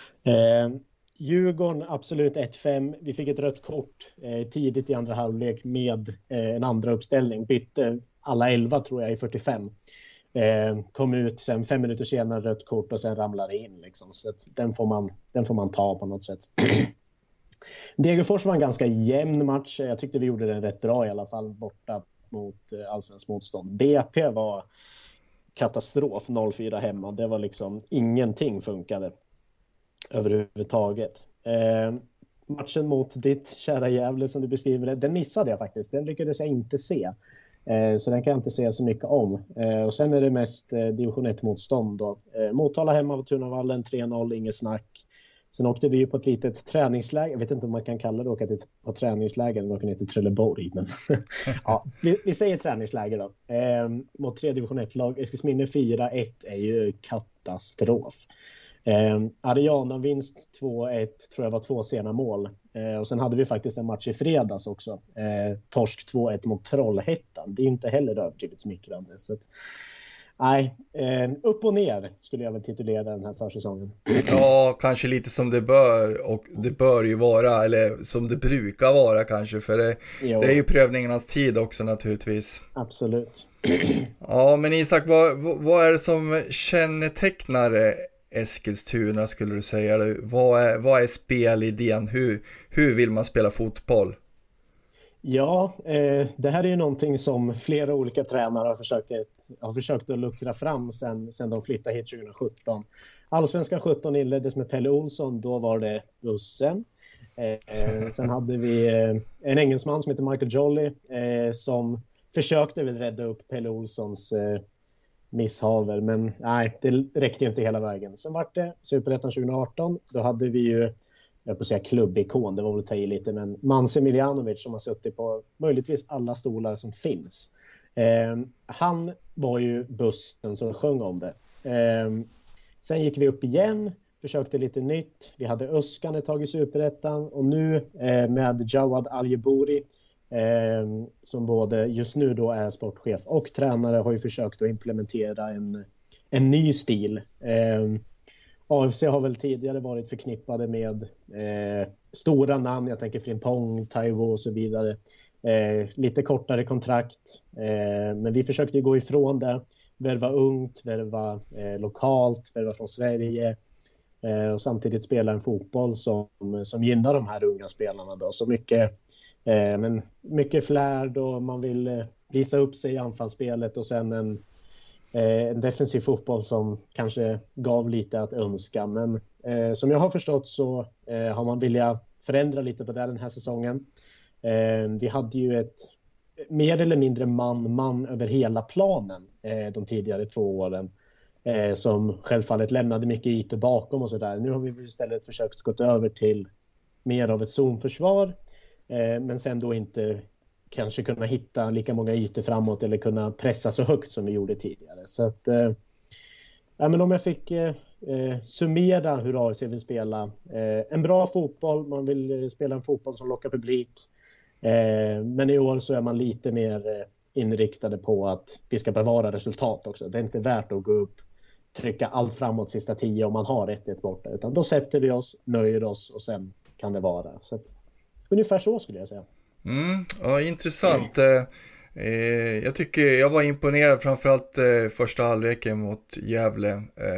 Djurgården absolut 1-5. Vi fick ett rött kort tidigt i andra halvlek med en andra uppställning. Bytte alla 11 tror jag i 45. Kom ut sen 5 minuter senare rött kort och sen ramlade in liksom. Så att den får man ta på något sätt. Degerfors var en ganska jämn match. Jag tyckte vi gjorde den rätt bra i alla fall borta mot allsvensk motstånd. BP var katastrof, 0-4 hemma. Det var liksom ingenting funkade överhuvudtaget. Matchen mot ditt kära Gävle som du beskriver det, den missade jag faktiskt. Den lyckades jag inte se. Så den kan jag inte säga så mycket om. Och sen är det mest division 1-motstånd då. Motala hemma på Tunavallen, 3-0, inget snack. Sen åkte vi ju på ett litet träningsläger. Jag vet inte om man kan kalla det åka till på träningsläger. Den åker ner till Trelleborg. Men ja, vi säger träningsläger då. Mot 3 division 1-lag. Eskilsminne 4-1 är ju katastrof. Ariana vinst 2-1, tror jag var 2 sena mål. Och sen hade vi faktiskt en match i fredags också. Torsk 2-1 mot Trollhättan. Det är inte heller överdrivet smickrande. Så att, nej, upp och ner skulle jag väl titulera den här försäsongen. Ja, kanske lite som det bör, och det bör ju vara, eller som det brukar vara kanske, för det är ju prövningarnas tid också naturligtvis. Absolut. Ja, men Isak, vad är det som kännetecknar Eskilstuna, skulle du säga? Vad är spelidén? Hur vill man spela fotboll? Ja, det här är ju någonting som flera olika tränare har försökt att luckra fram sen de flyttade hit 2017. Allsvenskan 17 inleddes med Pelle Olsson, då var det bussen. Sen hade vi en engelsman som heter Michael Jolly som försökte väl rädda upp Pelle Olssons misshaver, men nej, det räckte inte hela vägen. Sen var det Superettan 2018, då hade vi ju, jag får säga klubbikon, det var väl att ta i lite, men Manse Miljanovic som har suttit på möjligtvis alla stolar som finns. Han var ju bussen som sjöng om det. Sen gick vi upp igen, försökte lite nytt. Vi hade Öskan ett tag i Superettan, och nu med Jawad Aljebouri som både just nu då är sportchef och tränare, har ju försökt att implementera en ny stil. AFC har väl tidigare varit förknippade med stora namn, jag tänker Frimpong, Taiwo och så vidare. Lite kortare kontrakt, men vi försökte gå ifrån det. Värva ungt, värva lokalt, värva från Sverige, och samtidigt spela en fotboll som gynnar de här unga spelarna då. Så mycket flärd, och man vill visa upp sig i anfallsspelet, och sen en defensiv fotboll som kanske gav lite att önska. Men som jag har förstått så har man vilja förändra lite på det den här säsongen. Vi hade ju ett mer eller mindre man över hela planen de tidigare 2 åren. Som självfallet lämnade mycket ytor bakom och sådär. Nu har vi istället försökt gå över till mer av ett zonförsvar. Men sen då inte kanske kunna hitta lika många ytor framåt eller kunna pressa så högt som vi gjorde tidigare. Så att, men om jag fick summera hur AFC vill spela. En bra fotboll, man vill spela en fotboll som lockar publik. Men i år så är man lite mer inriktade på att vi ska bevara resultat också. Det är inte värt att gå upp, trycka allt framåt sista 10 om man har 1-1 borta. Utan då sätter vi oss, nöjer oss och sen kan det vara. Så att, ungefär så skulle jag säga. Ja, intressant. Jag tycker jag var imponerad framförallt första halvleken mot Gävle.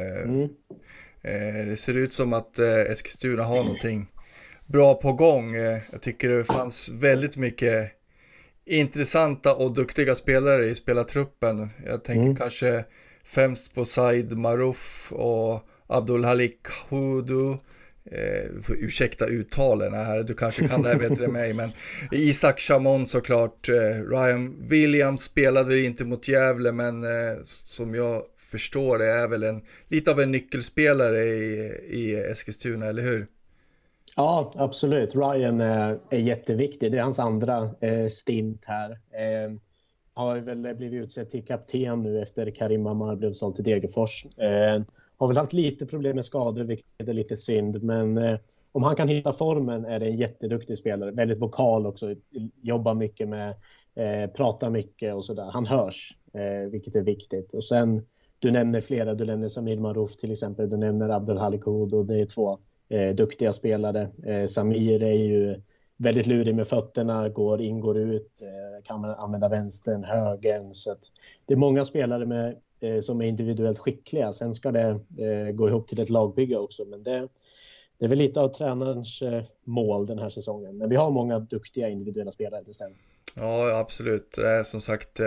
Det ser ut som att Eskilstuna har någonting bra på gång. Jag tycker det fanns väldigt mycket intressanta och duktiga spelare i spelartruppen. Jag tänker kanske främst på Said Maruf och Abdul Halik Hudu. Ursäkta uttalen här, du kanske kan det här bättre än mig, men Isak Chamon såklart. Ryan Williams spelade inte mot Gävle, men som jag förstår det är väl lite av en nyckelspelare i Eskilstuna, eller hur? Ja, absolut. Ryan är jätteviktig. Det är hans andra stint här. Har väl blivit utsedd till kapten nu efter Karim Amar blev såld till Degerfors. Har väl haft lite problem med skador, vilket är lite synd. Men om han kan hitta formen är det en jätteduktig spelare. Väldigt vokal också. Jobbar mycket med, pratar mycket och sådär. Han hörs, vilket är viktigt. Och sen, du nämner flera. Du nämner Samir Maruf till exempel. Du nämner Abdul Halikoud och det är 2 duktiga spelare. Samir är ju väldigt lurig med fötterna. Går in, går ut. Kan använda vänstern, högern. Så att det är många spelare som är individuellt skickliga. Sen ska det gå ihop till ett lagbygge också. Men det är väl lite av tränarens mål den här säsongen. Men vi har många duktiga individuella spelare. Ja, absolut. Som sagt,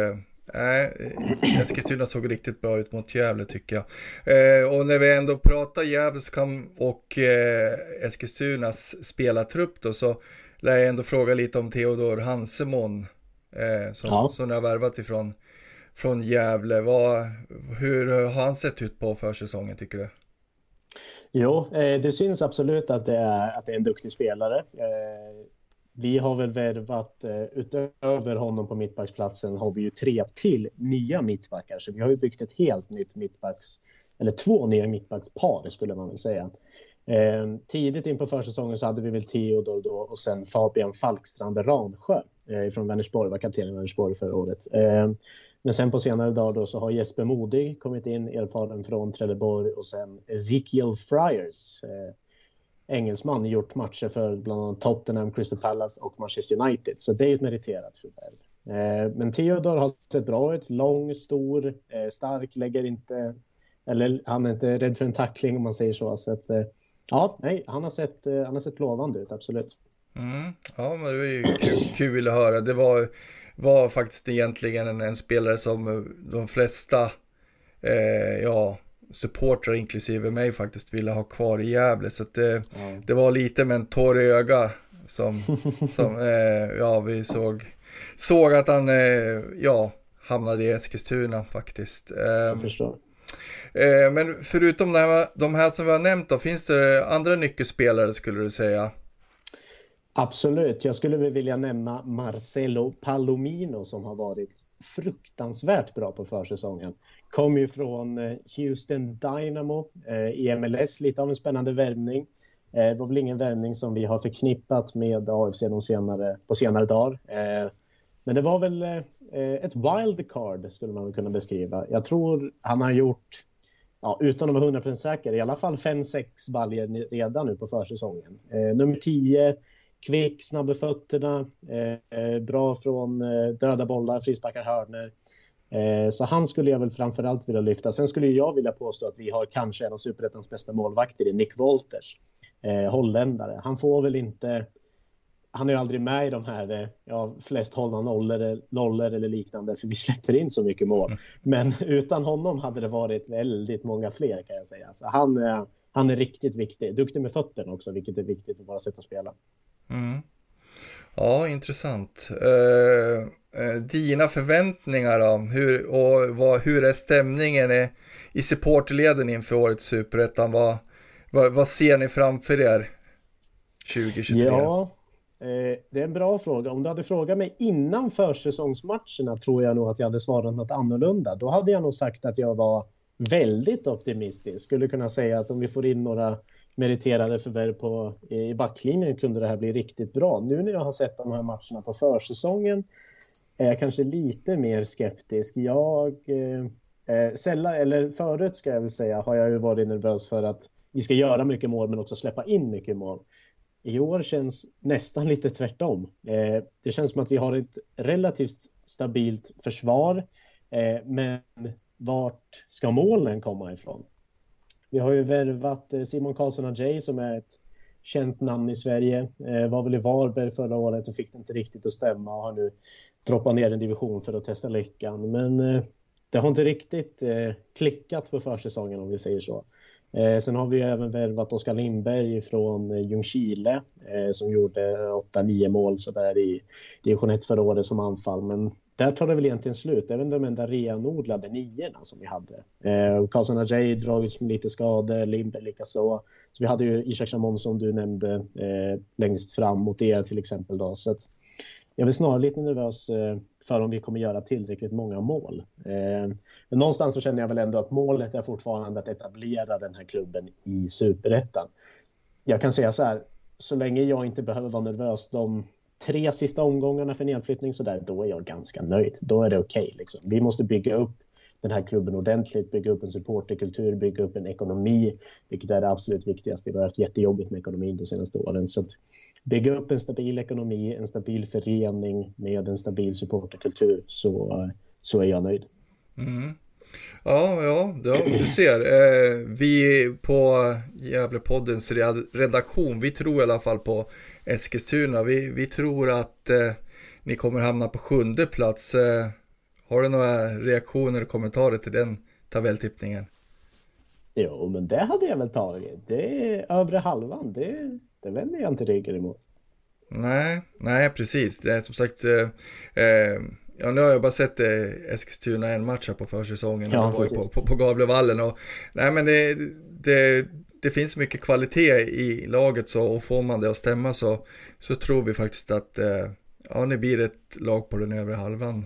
Eskilstuna såg riktigt bra ut mot Gävle tycker jag. Och när vi ändå pratar Gävle och Eskilstunas spelartrupp då, så lär jag ändå fråga lite om Theodor Hansemon som har värvat från Gävle. Hur har han sett ut på försäsongen tycker du? Jo, det syns absolut att det är en duktig spelare. Vi har väl värvat, utöver honom på mittbacksplatsen har vi ju 3 till nya mittbackar. Så vi har ju byggt ett helt nytt eller 2 nya mittbackspar skulle man väl säga. Tidigt in på försäsongen så hade vi väl Theodor då och sen Fabian Falkstrand Ransjö från Vänersborg, var kapten i Vänersborg förra året. Men sen på senare dag då så har Jesper Modig kommit in, erfaren från Trelleborg, och sen Ezekiel Friars, engelsman, gjort matcher för bland annat Tottenham, Crystal Palace och Manchester United. Så det är ett meriterat förvärv. Men Theodor har sett bra ut, lång, stor, stark, han är inte rädd för en tackling om man säger så. Så att, han har sett lovande ut, absolut. Ja, men det var ju kul att höra. Det var faktiskt egentligen en spelare som de flesta supportrar inklusive mig faktiskt ville ha kvar i Gävle, så att det var lite med en tår i öga som vi såg att han hamnade i Eskilstuna faktiskt. Jag förstår. Men förutom de här som vi har nämnt då, finns det andra nyckelspelare skulle du säga? Absolut, jag skulle vilja nämna Marcelo Palomino som har varit fruktansvärt bra på försäsongen. Kom ju från Houston Dynamo i MLS, lite av en spännande värvning. Det var väl ingen värvning som vi har förknippat med AFC på senare dagar. Men det var väl ett wildcard skulle man kunna beskriva. Jag tror han har gjort, utan att vara 100% säker, i alla fall 5-6 baljer redan nu på försäsongen. Nummer 10, kvick, snabb i fötterna, bra från döda bollar, frisparkar, hörner. Så han skulle jag väl framförallt vilja lyfta. Sen skulle jag vilja påstå att vi har kanske en av Superettans bästa målvakter i Nick Wolters, holländare. Han får väl inte, han är ju aldrig med i de här flest hållna nollor eller liknande, för vi släpper in så mycket mål. Men utan honom hade det varit väldigt många fler, kan jag säga. Så han är riktigt viktig. Duktig med fötterna också, vilket är viktigt för våra sätt att spela. Ja, intressant. Dina förväntningar då? Hur är stämningen i supportleden inför årets Superettan? Vad ser ni framför er 2023? Ja, det är en bra fråga. Om du hade frågat mig innan försäsongsmatcherna tror jag nog att jag hade svarat något annorlunda. Då hade jag nog sagt att jag var väldigt optimistisk. Skulle kunna säga att om vi får in några meriterade förvärv i backlinjen kunde det här bli riktigt bra. Nu när jag har sett de här matcherna på försäsongen är jag kanske lite mer skeptisk. Förut ska jag väl säga har jag ju varit nervös för att vi ska göra mycket mål men också släppa in mycket mål. I år känns nästan lite tvärtom. Det känns som att vi har ett relativt stabilt försvar. Men vart ska målen komma ifrån? Vi har ju värvat Simon Karlsson-Adjei som är ett känt namn i Sverige. Var väl i Varberg förra året och fick det inte riktigt att stämma och har nu droppat ner en division för att testa lyckan. Men det har inte riktigt klickat på försäsongen om vi säger så. Sen har vi även värvat Oskar Lindberg från Ljungskile som gjorde 8-9 mål så där i division 1 förra året som anfall. Men där tar det väl egentligen slut. Även de enda renodlade niorna som vi hade. Karlsson-Adjei dragits med lite skador, Lindberg likaså. Så vi hade ju Ishak Shamon som du nämnde längst fram mot er till exempel. Då. Så att jag är snarare lite nervös för om vi kommer göra tillräckligt många mål. Men någonstans så känner jag väl ändå att målet är fortfarande att etablera den här klubben i Superettan. Jag kan säga så här, så länge jag inte behöver vara nervös de 3 sista omgångarna för nedflyttning så där, då är jag ganska nöjd. Då är det okej, liksom. Vi måste bygga upp den här klubben ordentligt, bygga upp en supporterkultur, bygga upp en ekonomi, vilket är det absolut viktigaste. Vi har haft jättejobbigt med ekonomin de senaste åren. Så att bygga upp en stabil ekonomi, en stabil förening med en stabil supporterkultur så är jag nöjd. Mm. Ja, du ser. Vi på Gävlepoddens redaktion, vi tror i alla fall på Eskilstuna. Vi tror att ni kommer hamna på 7:e plats. Har du några reaktioner och kommentarer till den tabelltippningen? Jo, men det hade jag väl tagit. Det är övre halvan. Det vänder jag inte ryggen emot. Nej, precis. Det är som sagt... nu har jag bara sett Eskilstuna en match här på försäsongen. Ja, det var ju på Gavlevallen. Och, nej, men det finns mycket kvalitet i laget så, och får man det att stämma så tror vi faktiskt att det blir ett lag på den övre halvan.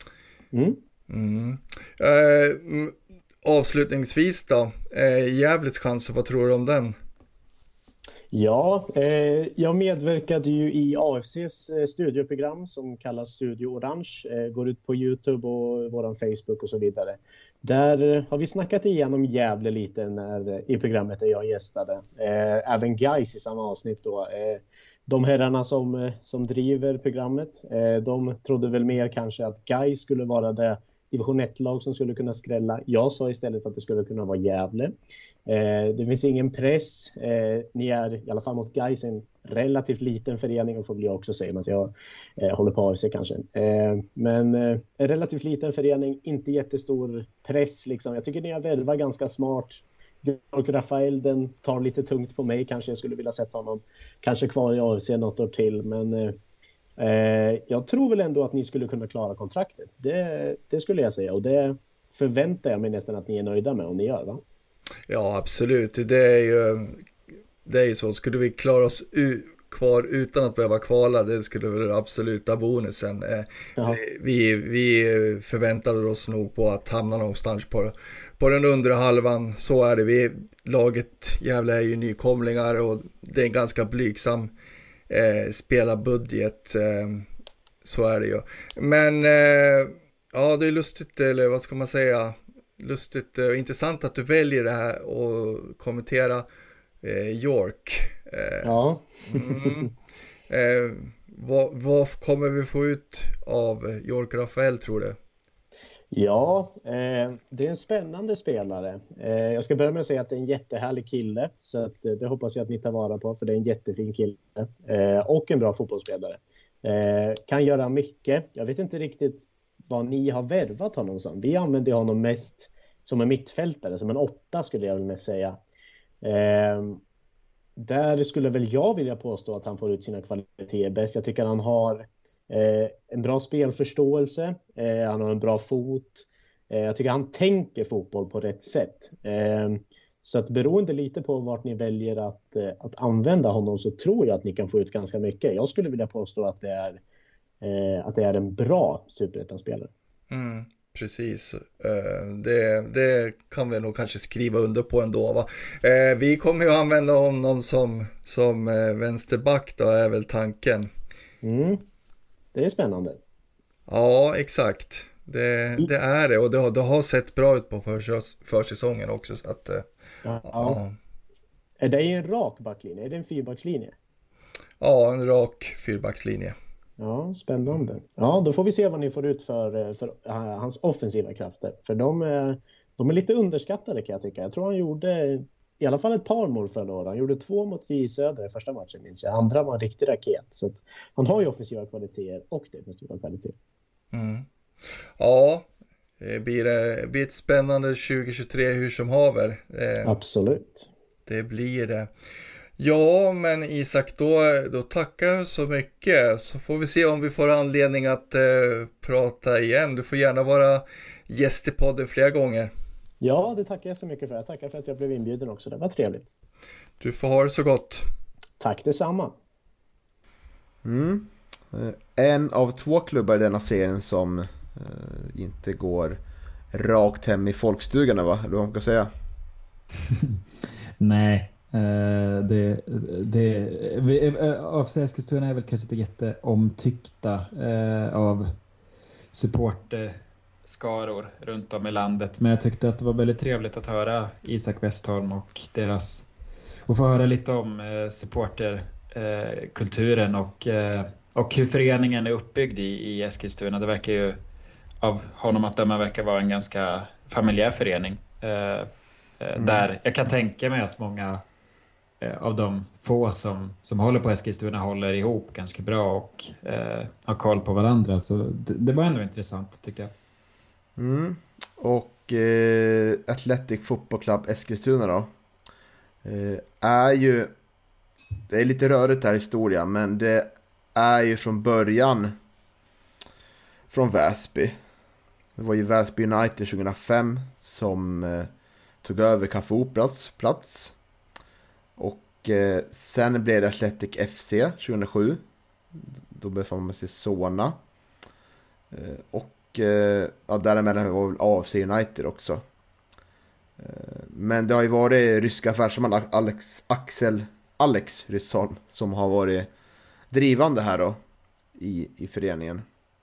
Avslutningsvis då, Gävles chanser, vad tror du om den? Ja, jag medverkade ju i AFCs studioprogram som kallas Studio Orange, går ut på YouTube och våran Facebook och så vidare. Där har vi snackat igenom Gävle lite i programmet där jag gästade. Även Gais i samma avsnitt då. De herrarna som driver programmet, de trodde väl mer kanske att Gais skulle vara det division 1-lag som skulle kunna skrälla. Jag sa istället att det skulle kunna vara Gävle. Det finns ingen press. Ni är i alla fall mot Gais en relativt liten förening och får väl jag också säga att jag håller på AFC kanske. Men en relativt liten förening, inte jättestor press liksom. Jag tycker ni har värvat ganska smart. Georg Rafael, den tar lite tungt på mig. Kanske jag skulle vilja sätta honom kanske kvar i AFC något år till. Men jag tror väl ändå att ni skulle kunna klara kontraktet. Det skulle jag säga. Och det förväntar jag mig nästan att ni är nöjda med om ni gör, va? Ja, absolut. Det är ju så. Skulle vi klara oss kvar utan att behöva kvala, det skulle vara absoluta bonusen. Vi förväntade oss nog på att hamna någonstans på den undre halvan. Så är det. Laget Gävle är ju nykomlingar och det är en ganska blygsam spelarbudget. Så är det ju. Men det är lustigt, eller vad ska man säga, lustigt och intressant att du väljer det här och kommentera York. Vad kommer vi få ut av York Rafael, tror du? Ja, det är en spännande spelare. Jag ska börja med att säga att det är en jättehärlig kille. Så att, det hoppas jag att ni tar vara på, för det är en jättefin kille. Och en bra fotbollsspelare. Kan göra mycket. Jag vet inte riktigt vad ni har värvat honom som. Vi använder honom mest som en mittfältare, som en 8 skulle jag väl mest säga. där skulle väl jag vilja påstå att han får ut sina kvaliteter bäst. Jag tycker han har en bra spelförståelse, han har en bra fot. Jag tycker han tänker fotboll på rätt sätt. Så att beroende lite på vart ni väljer att använda honom, så tror jag att ni kan få ut ganska mycket. Jag skulle vilja påstå att det är en bra superettan-spelare. Precis, det kan vi nog kanske skriva under på ändå, va? Vi kommer ju använda honom som vänsterback då, är väl tanken. Det är spännande. Ja, exakt. Det är det, och det har sett bra ut på försäsongen också, så att ja. Är det en rak backlinje? Är det en fyrbackslinje? Ja, en rak fyrbackslinje. Ja, spännande. Ja, då får vi se vad ni får ut för hans offensiva krafter. För de är lite underskattade, kan jag tycka. Jag tror han gjorde i alla fall ett par mål förra året. Han gjorde 2 mot J Söder i första matchen, minns jag. Andra var en riktig raket. Så att han har ju offensiva kvaliteter och defensiva kvaliteter. Ja, det blir ett spännande 2023 hur som haver. Absolut. Det blir det. Ja, men Isak, då tackar jag så mycket. Så får vi se om vi får anledning att prata igen. Du får gärna vara gäst i podden flera gånger. Ja, det tackar jag så mycket för. Jag tackar för att jag blev inbjuden också. Det var trevligt. Du får ha det så gott. Tack detsamma. En av 2 klubbar i denna serien som inte går rakt hem i folkstugan, va? Eller vad man kan säga. Nej, AFC Eskilstuna är väl kanske inte jätteomtyckta av supporterskaror runt om i landet. Men jag tyckte att det var väldigt trevligt att höra Isak Westholm och få höra lite om supporterkulturen och hur föreningen är uppbyggd i Eskilstuna. Det verkar ju av honom att man verkar vara en ganska familjär förening. Där jag kan tänka mig att många av de få som håller på Eskilstuna håller ihop ganska bra och har koll på varandra. Så det var ändå intressant, tycker jag. Och Athletic Football Club Eskilstuna då är ju, det är lite rörigt här historia, men det är ju från början från Väsby. Det var ju Väsby United 2005 som tog över Café Operas plats. Och sen blev det Athletic FC 2007. Då befann man sig i Solna. Och däremellan var väl AFC United också. Men det har ju varit ryska affärsman Alex Ryssholm som har varit drivande här då i föreningen.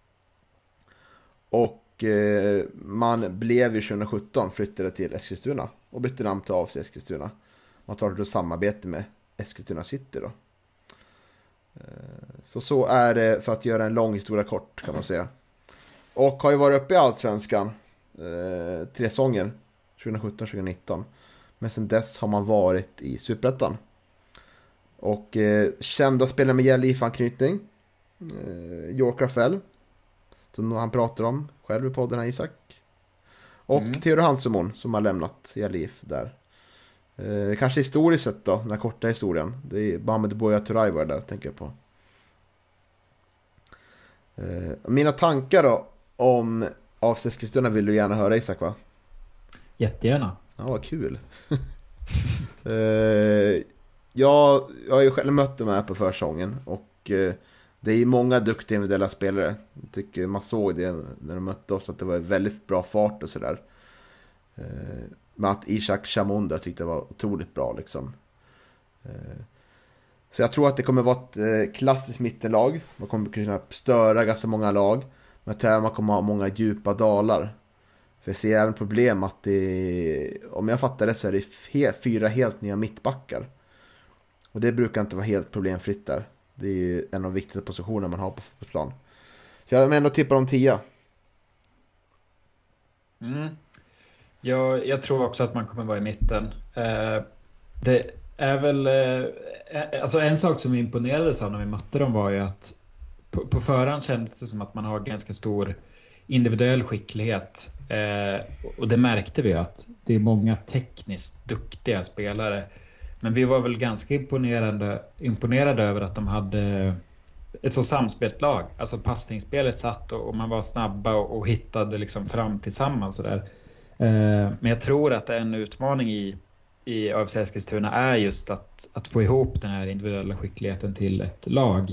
Och man blev ju 2017 flyttade till Eskilstuna och bytte namn till AFC Eskilstuna. Man tar då samarbete med Eskilstuna City då. Så är det, för att göra en lång historia kort, kan man säga. Och har ju varit uppe i Allsvenskan 3 säsonger 2017-2019. Men sen dess har man varit i Superettan. Och kända spelare med Gäll IF-anknytning. York Rafael, som han pratar om själv i podden här, Isak. Och Theodor Hansemon som har lämnat Gäll IF där. Kanske historiskt sett då, den här korta historien. Det är Mohamed Boya Turay var där, tänker jag på. Mina tankar då om AFC Eskilstuna vill du gärna höra, Isak, va? Jättegärna. Ja, vad kul. Jag har ju själv mött dem här på försäsongen. Och det är många duktiga individuella spelare. Jag tycker man såg det när de mötte oss, att det var väldigt bra fart och sådär. Men att Ishak Chamunda tyckte det var otroligt bra liksom. Så jag tror att det kommer vara ett klassiskt mittenlag. Man kommer kunna störa ganska många lag. Men man kommer ha många djupa dalar. För jag ser även problem att om jag fattar det så är det 4 helt nya mittbackar. Och det brukar inte vara helt problemfritt där. Det är ju en av de viktigaste positionerna man har på fotbollsplan. Så jag ändå tippar om 10. Jag tror också att man kommer vara i mitten. Det är väl alltså en sak som imponerades av när vi mötte dem var ju att på förhand kändes det som att man har ganska stor individuell skicklighet. Och det märkte vi att det är många tekniskt duktiga spelare. Men vi var väl ganska imponerade över att de hade ett så samspelt lag. Alltså passningsspelet satt och man var snabba och hittade liksom fram tillsammans så där. Men jag tror att en utmaning i AFC Eskilstuna är just att få ihop den här individuella skickligheten till ett lag.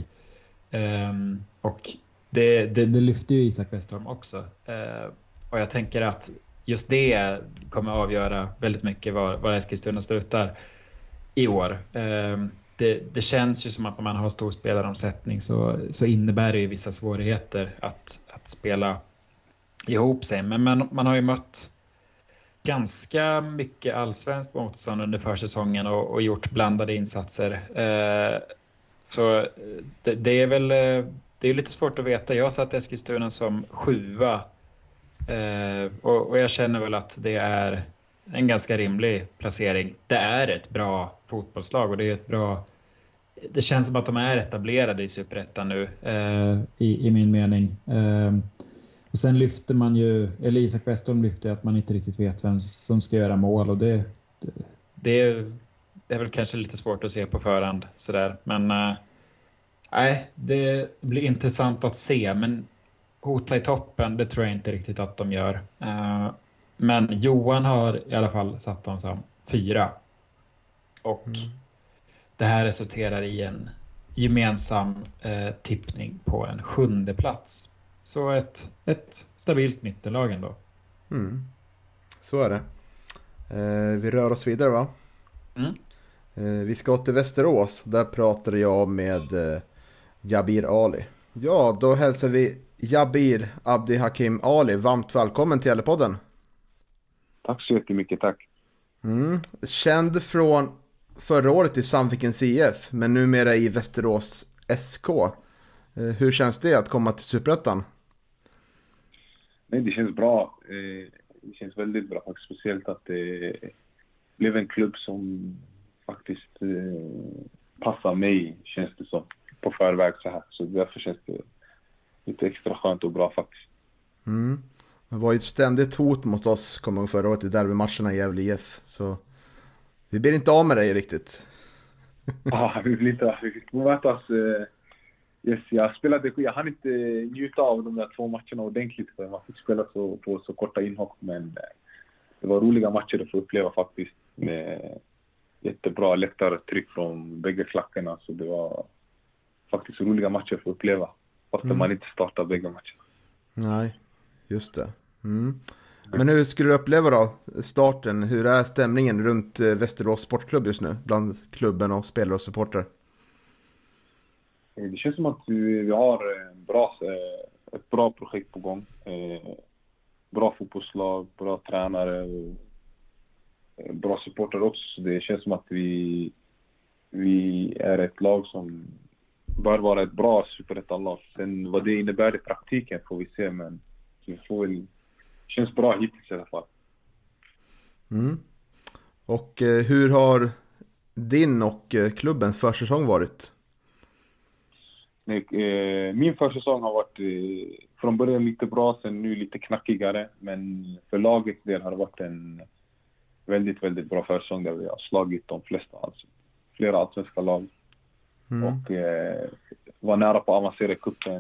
Och det lyfter ju Isak Westholm också. Och jag tänker att just det kommer avgöra väldigt mycket var Eskilstuna slutar i år. Det känns ju som att när man har stor spelaromsättning så innebär det ju vissa svårigheter att spela ihop sig. Men man har ju mött ganska mycket allsvenskt motstånd under försäsongen och gjort blandade insatser. Så det är väl det är lite svårt att veta. Jag har satt Eskilstuna som 7:a och jag känner väl att det är en ganska rimlig placering. Det är ett bra fotbollslag och det är ett bra. Det känns som att de är etablerade i Superettan nu i min mening. Och sen lyfter man ju, eller Isak Westholm lyfter att man inte riktigt vet vem som ska göra mål och det är väl kanske lite svårt att se på förhand sådär. Men nej, det blir intressant att se. Men hota i toppen, det tror jag inte riktigt att de gör. Men Johan har i alla fall satt dem som 4. Och det här resulterar i en gemensam tippning på en 7:e plats. Så ett stabilt mittenlag ändå. Så är det. Vi rör oss vidare, va? Vi ska till Västerås. Där pratade jag med Jabir Ali. Ja, då hälsar vi Jabir Abdi Hakim Ali varmt välkommen till Gällepodden. Tack så jättemycket, tack. Känd från förra året i Sandvikens IF, men numera i Västerås SK. Hur känns det att komma till Superettan? Nej, det känns bra. Det känns väldigt bra, faktiskt. Speciellt att det blev en klubb som faktiskt passar mig, känns det som, på förväg så här. Så därför känns det lite extra skönt och bra faktiskt. Det var ju ett ständigt hot mot oss, kommer jag förra året i derbymatcherna i Gävle IF. Så vi blir inte av med dig riktigt. Ja, vi blir inte av. Vi fick mötas. Yes, jag hann inte njuta av de där 2 matcherna ordentligt för man fick spela på så korta inhopp, men det var roliga matcher att få uppleva faktiskt med jättebra läktartryck från bägge klackarna, så det var faktiskt roliga matcher att få uppleva fast man inte startade bägge matcherna. Nej, just det. Men hur skulle du uppleva då starten? Hur är stämningen runt Västerås Sportklubb just nu bland klubben och spelare och supporter? Det känns som att vi har ett bra projekt på gång. Bra fotbollslag, bra tränare och bra supporter också. Så det känns som att vi är ett lag som bör vara ett bra superettanlag. Sen vad det innebär i praktiken får vi se, men vi får väl, det känns bra hittills i alla fall. Och hur har din och klubbens försäsong varit? Min försäsong har varit från början lite bra, sen nu lite knackigare. Men för lagets del har det varit en väldigt, väldigt bra försäsong där vi har slagit de flera allsvenska lag. Och var nära på att avancera i kuppen.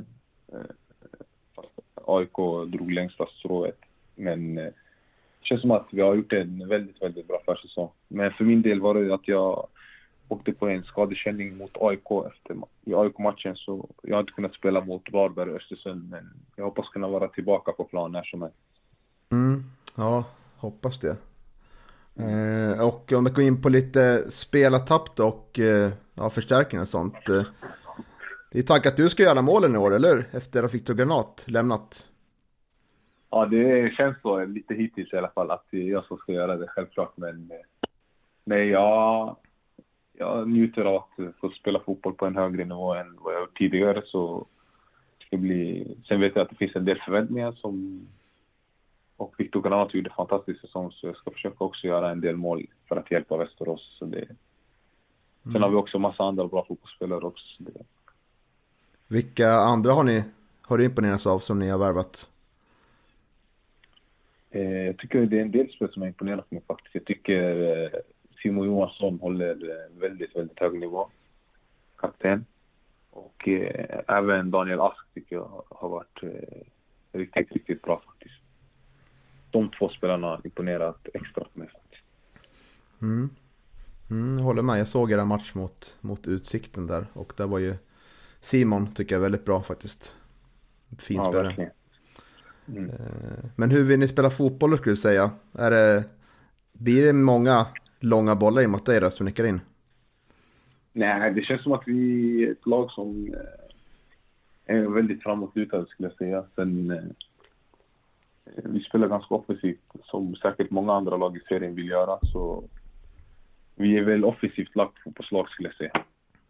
AIK drog längsta strået. Men det känns som att vi har gjort en väldigt, väldigt bra försäsong. Men för min del var det att jag åkte på en skadekänning mot AIK i AIK-matchen, så jag har inte kunnat spela mot Varberg och Östersund, men jag hoppas kunna vara tillbaka på plan när som helst. Ja, hoppas det. Och om vi går in på lite spelartapp och förstärkningar och sånt. Det är tanken att du ska göra målen i år, eller? Efter att Victor Granat lämnat. Ja, det känns så lite hittills i alla fall att jag ska göra det, självklart. Men nej, jag njuter av att få spela fotboll på en högre nivå än vad jag gjort tidigare. Så det blir. Sen vet jag att det finns en del förväntningar och Victor Granat gjorde en fantastisk säsong, så jag ska försöka också göra en del mål för att hjälpa Västerås. Så Sen har vi också massa andra bra fotbollsspelare också. Vilka andra har du imponerats av som ni har värvat? Jag tycker det är en del spel som har imponerat mig faktiskt. Jag tycker Simon Johansson Johansson håller väldigt, väldigt hög nivå. Kapten. Och även Daniel Ask tycker jag har varit riktigt, riktigt bra faktiskt. De 2 spelarna har imponerat extra på mig faktiskt. Jag håller med. Jag såg era match mot Utsikten där. Och där var ju Simon, tycker jag, väldigt bra faktiskt. Fin spelare. Verkligen. Men hur vill ni spela fotboll, skulle du säga? Blir det många långa bollar in mot dig då, som nickar in? Nej, det känns som att vi är ett lag som är väldigt framåtlutade, skulle jag säga. Sen vi spelar ganska offensivt, som säkert många andra lag i serien vill göra. Så vi är väl offensivt lagt fotbollslag, skulle jag säga.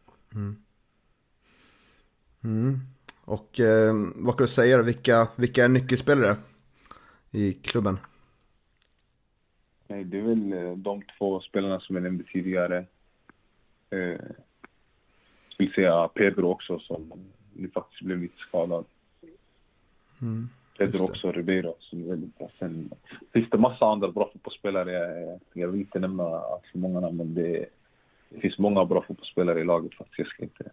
Och vad kan du säga då? Vilka är nyckelspelare i klubben? Nej, det är väl de 2 spelarna som jag nämnde tidigare. Jag vill säga Pedro också, som nu faktiskt blev lite skadad. Pedro också, Ribeiro, som är väldigt bra. Sen finns det massa andra bra fotbollsspelare. Jag vill inte nämna allt för många namn, men det finns många bra fotbollsspelare i laget faktiskt. Jag ska inte.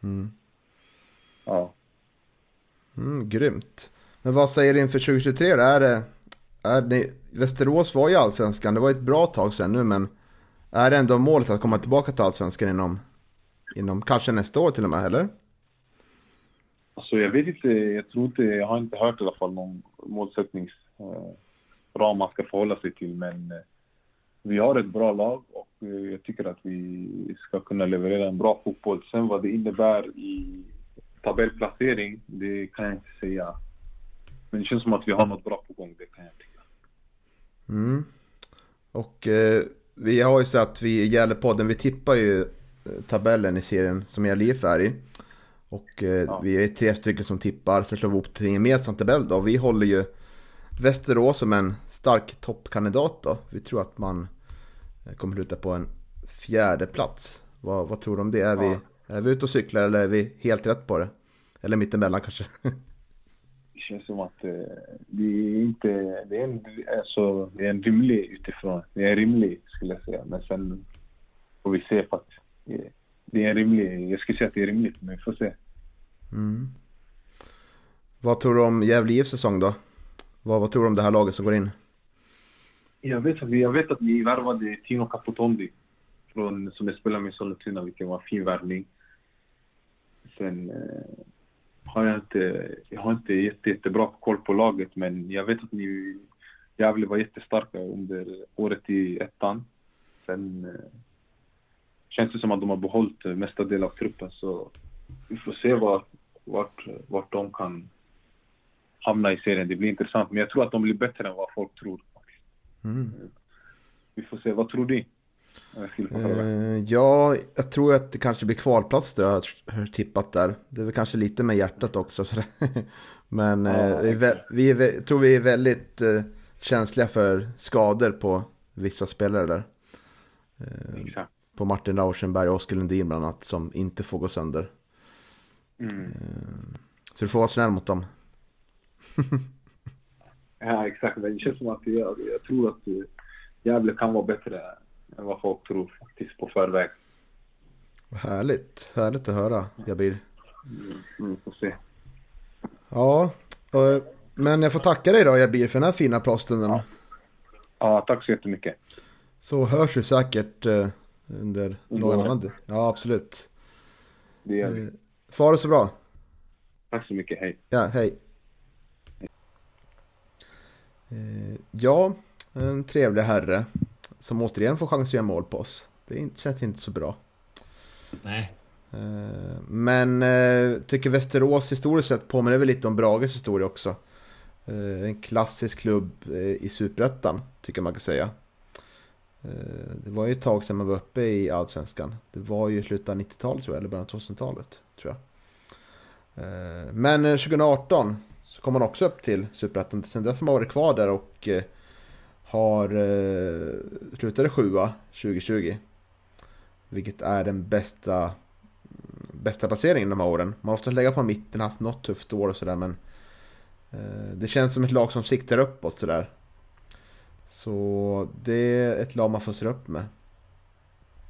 Ja. Grymt. Men vad säger du inför 2023 då? Västerås var ju Allsvenskan, det var ett bra tag sedan nu, men är det ändå målet att komma tillbaka till Allsvenskan inom kanske nästa år till och med, eller? Alltså jag vet inte, jag har inte hört i alla fall någon målsättningsram man ska förhålla sig till, men vi har ett bra lag och jag tycker att vi ska kunna leverera en bra fotboll. Sen vad det innebär i tabellplacering, det kan jag inte säga. Men det känns som att vi har något bra på gång, det kan jag tycka. Och vi har ju sett, vi i Gällepodden, vi tippar ju tabellen i serien som Gälle IF är i. Och vi är 3 stycken som tippar, så slår vi ihop till en gemensam tabell då. Vi håller ju Västerås som en stark toppkandidat då. Vi tror att man kommer sluta på en 4:e plats. Vad tror du om det? Är vi ute och cyklar eller är vi helt rätt på det? Eller mittemellan kanske? Det känns som att det är en rimlig utifrån. Det är en rimlig, skulle jag säga. Men sen får vi se faktiskt. Det är en rimlig, jag skulle säga att det är rimligt, men vi får se. Vad tror du om Gävle IFs säsong då? Vad tror du om det här laget som går in? Jag vet att vi värvade Tino Capotondi som jag spelar med i Sollentuna, vilket var en fin värvning. Sen har jag inte jättebra koll på laget, men jag vet att Gävle var jättestarka under året i ettan. Sen känns det som att de har behållit mesta del av truppen, så vi får se vart de kan hamna i serien. Det blir intressant, men jag tror att de blir bättre än vad folk tror. Vi får se, vad tror du? Jag tror att det kanske blir kvalplats då, jag har tippat där. Det är väl kanske lite med hjärtat också. Men jag tror vi är väldigt känsliga för skador på vissa spelare där. Exakt. På Martin Rauschenberg och Oskar Lundin bland annat, som inte får gå sönder. Så du får vara snäll mot dem. Ja, exakt. Det känns som att jag tror att Gävle kan vara bättre än vad folk tror faktiskt på förväg. Härligt att höra, Jabir. Får se. Ja, men jag får tacka dig då, Jabir, för den här fina plåstunden. Ja, tack så jättemycket. Så hörs vi säkert under någon annan. Ja, absolut. Det gör vi. Får det så bra. Tack så mycket, hej. Ja, hej. Ja, en trevlig herre som återigen får chans att göra mål på oss. Det känns inte så bra. Nej. Men tycker Västerås historiskt sett påminner väl lite om Brages historia också. En klassisk klubb i Superettan, tycker man kan säga. Det var ju ett tag sedan man var uppe i Allsvenskan. Det var ju slutet av 90-talet tror jag, eller början av 2000-talet tror jag. Men 2018 så kom man också upp till Superettan. Sen dess har man varit kvar där och har slutade 7:a 2020. Vilket är den bästa placeringen de här åren. Man har ofta legat på mitten, haft något tufft år och sådär, men det känns som ett lag som siktar uppåt sådär. Så det är ett lag man får se upp med.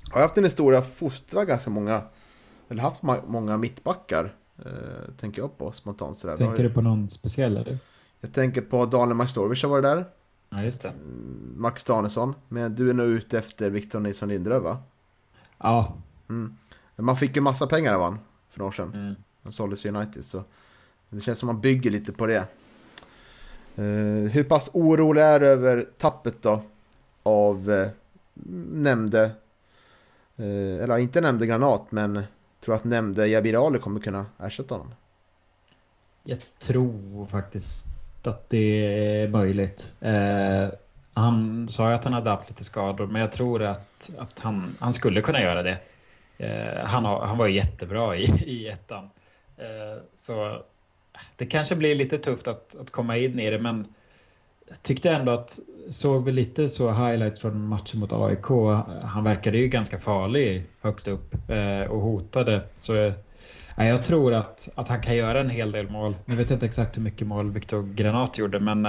har haft en historia att fostra ganska många, eller haft många mittbackar, tänker jag på spontant sådär. Tänker du på någon speciell eller? Jag tänker på Daniel Majstorovic har varit där. Ja, just det. Marcus Danielsson. Men du är nog ute efter Victor Nilsson Lindelöf, va? Ja. Man fick ju massa pengar av han för några år sedan. Mm. Han såldes i United, så det känns som man bygger lite på det. Hur pass orolig är du över tappet då av nämnde eller inte nämnde Granat, men tror att nämnde Jabir Ali kommer kunna ersätta honom? Jag tror faktiskt att det är möjligt. Han sa ju att han hade haft lite skador, men jag tror att han skulle kunna göra det. Han var jättebra i ettan. Så det kanske blir lite tufft att komma in i det, men jag tyckte ändå att såg vi lite så highlights från matchen mot AIK. Han verkade ju ganska farlig högst upp och hotade. Så jag tror att han kan göra en hel del mål. Jag vet inte exakt hur mycket mål Victor Granat gjorde, men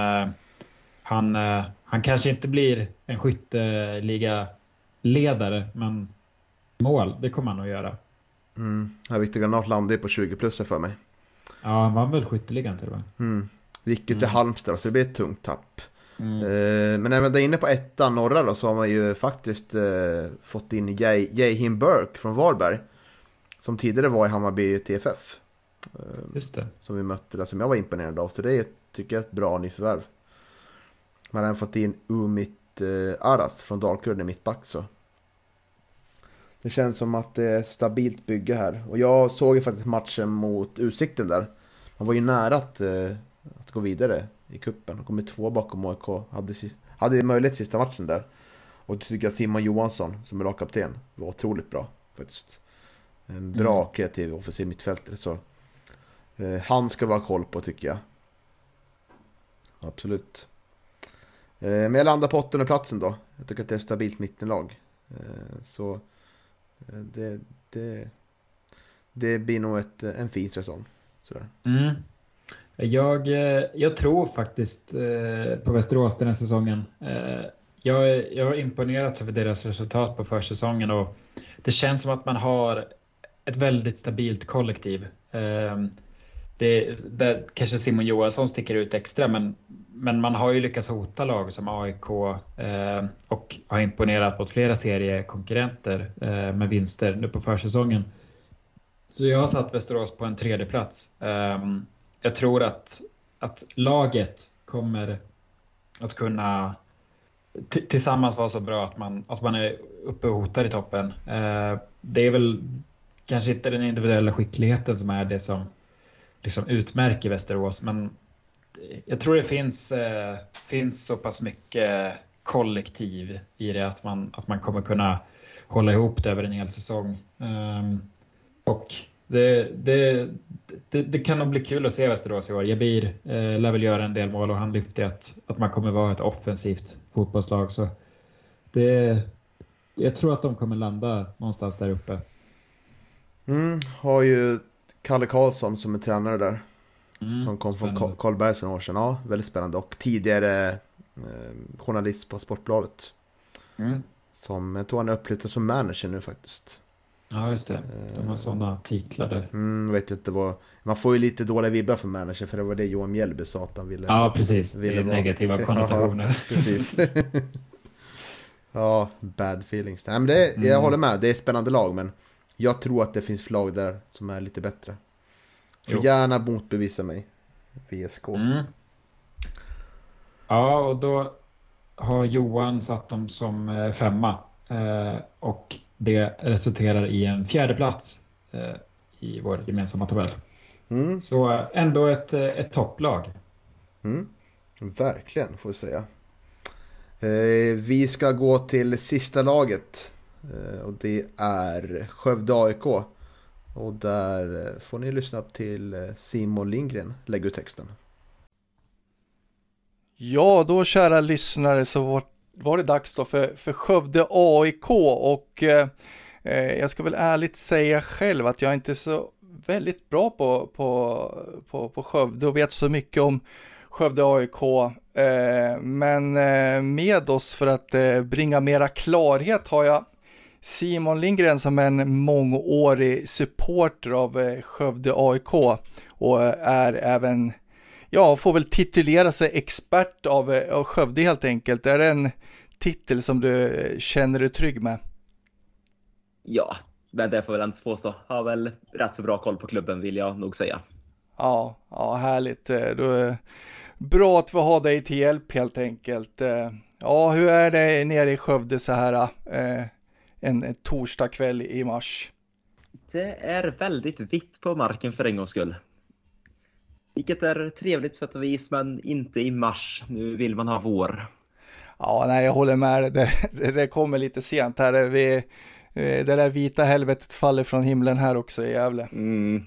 han kanske inte blir en skytteliga-ledare, men mål, det kommer han att göra. Victor Granat landade på 20 plus för mig. Ja, han var väl skytteligan till det. Det gick ju till Halmstad, så det blir ett tungt tapp. Men även där inne på ettan norra då, så har man ju faktiskt fått in Jahim Burke från Varberg, som tidigare var i Hammarby TFF. Just det. Som vi mötte där, som jag var imponerad av. Så det är, tycker jag, ett bra nyförvärv. Man har även fått in Umit Aras från Dalkurd i mittback, så det känns som att det är ett stabilt bygge här. Och jag såg ju faktiskt matchen mot Utsikten där. Man var ju nära att gå vidare i kuppen och kommit 2 bakom AIK. Hade möjlighet sista matchen där. Och du tycker att Simon Johansson, som är lagkapten, var otroligt bra faktiskt. En bra kreativ offensiv mittfältare, så han ska vara koll på, tycker jag. Absolut. Men jag landar på 8:e platsen då. Jag tycker att det är ett stabilt mittenlag. Så det blir nog en fin säsong. Sådär. Jag tror faktiskt på Västerås den här säsongen. Jag har imponerats över deras resultat på försäsongen, och det känns som att man har ett väldigt stabilt kollektiv. Där kanske Simon Johansson sticker ut extra, men man har ju lyckats hota lag som AIK och har imponerat mot flera seriekonkurrenter med vinster nu på försäsongen. Så jag har satt Västerås på en 3:e plats. Jag tror att laget kommer att kunna tillsammans vara så bra att man är uppe och hotar i toppen. Det är väl kanske inte den individuella skickligheten som är det som liksom utmärker Västerås, men jag tror det finns så pass mycket kollektiv i det att man kommer kunna hålla ihop det över en hel säsong. Och det kan nog bli kul att se Västerås i år. Jabir lär väl göra en del mål, och han lyfter att man kommer vara ett offensivt fotbollslag, så jag tror att de kommer landa någonstans där uppe. Har ju Kalle Karlsson som är tränare där, som kom från Karlberg för några år sedan. Ja, väldigt spännande. Och tidigare journalist på Sportbladet, som jag tror han är uppflyttad som manager nu faktiskt. Ja, just det. De har sådana titlar där. Vet inte vad. Man får ju lite dåliga vibbar för manager, för det var det Johan Mjällby sa att han ville. Ja, precis. Det är negativa konnotationer. Ja, precis. Ja, bad feelings. Nej, men jag håller med. Det är ett spännande lag, men jag tror att det finns lag där som är lite bättre. Så gärna motbevisa mig. VSK. Ja, och då har Johan satt dem som 5:a. Och det resulterar i en 4:e plats i vår gemensamma tabell. Så ändå ett topplag. Verkligen, får jag säga. Vi ska gå till sista laget. Och det är Skövde AIK. Och där får ni lyssna till Simon Lindgren lägga ut texten. Ja, då kära lyssnare, så var det dags då för Skövde AIK, och jag ska väl ärligt säga själv att jag inte är så väldigt bra på Skövde och vet så mycket om Skövde AIK, men med oss för att bringa mera klarhet har jag Simon Lindgren som en mångårig supporter av Skövde AIK och är även, får väl titulera sig expert av Skövde helt enkelt. Är det en titel som du känner dig trygg med? Ja, men det får väl ens påstå. Har väl rätt så bra koll på klubben vill jag nog säga. Ja, härligt. Då bra att vi har dig till hjälp helt enkelt. Ja, hur är det nere i Skövde så här en torsdag kväll i mars? Det är väldigt vitt på marken för en gångs skull. Vilket är trevligt på sätt och vis, men inte i mars. Nu vill man ha vår. Ja, nej, jag håller med. Det kommer lite sent här. Det där vita helvetet faller från himlen här också i Gävle. Mm.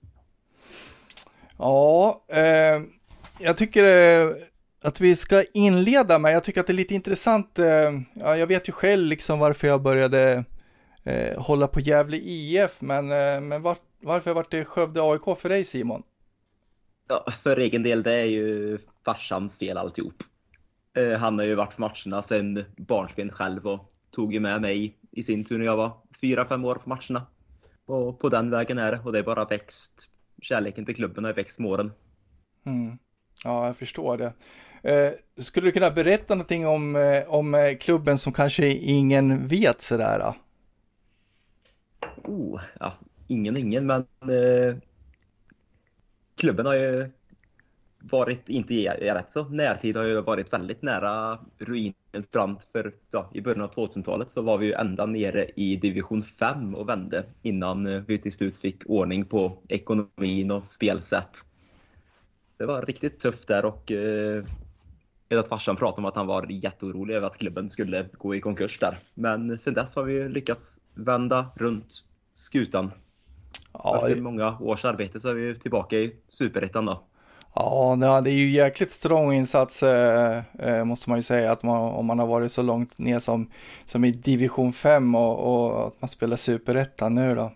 Ja, jag tycker att vi ska inleda med, jag tycker att det är lite intressant, jag vet ju själv liksom varför jag började hålla på Gävle IF, men varför var det Skövde AIK för dig, Simon? Ja, för egen del, det är ju farsans fel alltihop. Han har ju varit på matcherna sedan barnsben själv och tog ju med mig i sin tur när jag var 4-5 år på matcherna. Och på den vägen är det, och det är bara växt. Kärleken till klubben har växt med åren. Mm. Ja, jag förstår det. Skulle du kunna berätta någonting om klubben som kanske ingen vet sådär? Ja, ingen, men klubben har ju varit, inte i rätt så närtid, har ju varit väldigt nära ruinens brant. För i början av 2000-talet så var vi ju ända nere i division 5 och vände innan vi till slut fick ordning på ekonomin och spelsätt. Det var riktigt tufft där, och jag vet att farsan pratade om att han var jätteorolig över att klubben skulle gå i konkurs där. Men sen dess har vi lyckats vända runt skutan. Ja, efter många års arbete så är vi tillbaka i Superettan då. Ja, det är ju jäkligt strong insats måste man ju säga, att om man har varit så långt ner som i division 5 och att man spelar Superettan nu då.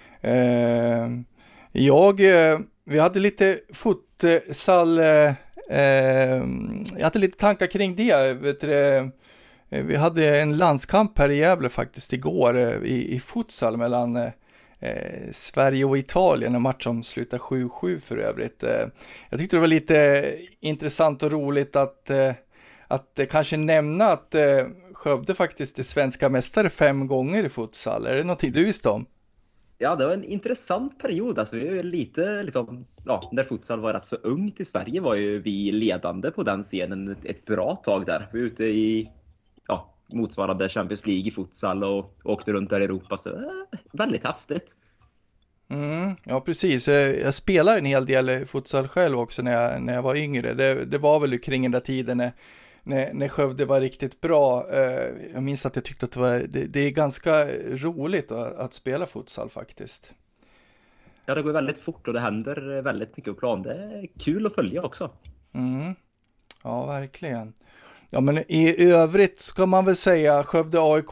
Vi hade lite futsal, jag hade lite tankar kring det. Vi hade en landskamp här i Gävle faktiskt igår i futsal mellan Sverige och Italien, en match som slutar 7-7 för övrigt. Jag tyckte det var lite intressant och roligt att kanske nämna att Skövde faktiskt är svenska mästare 5 gånger i futsal. Är det någonting du visste om? Ja, det var en intressant period. Alltså, vi är lite, liksom, när futsal var rätt så ungt i Sverige var ju vi ledande på den scenen ett bra tag där. Vi var ute i motsvarande Champions League i futsal och åkte runt där i Europa. Så väldigt häftigt. Ja, precis. Jag spelar en hel del futsal själv också när jag var yngre. Det var väl kring den där tiden när Skövde var riktigt bra. Jag minns att jag tyckte att det är ganska roligt att spela futsal faktiskt. Ja, det går väldigt fort och det händer väldigt mycket på plan. Det är kul att följa också. Ja, verkligen. Ja, men i övrigt ska man väl säga Skövde AIK,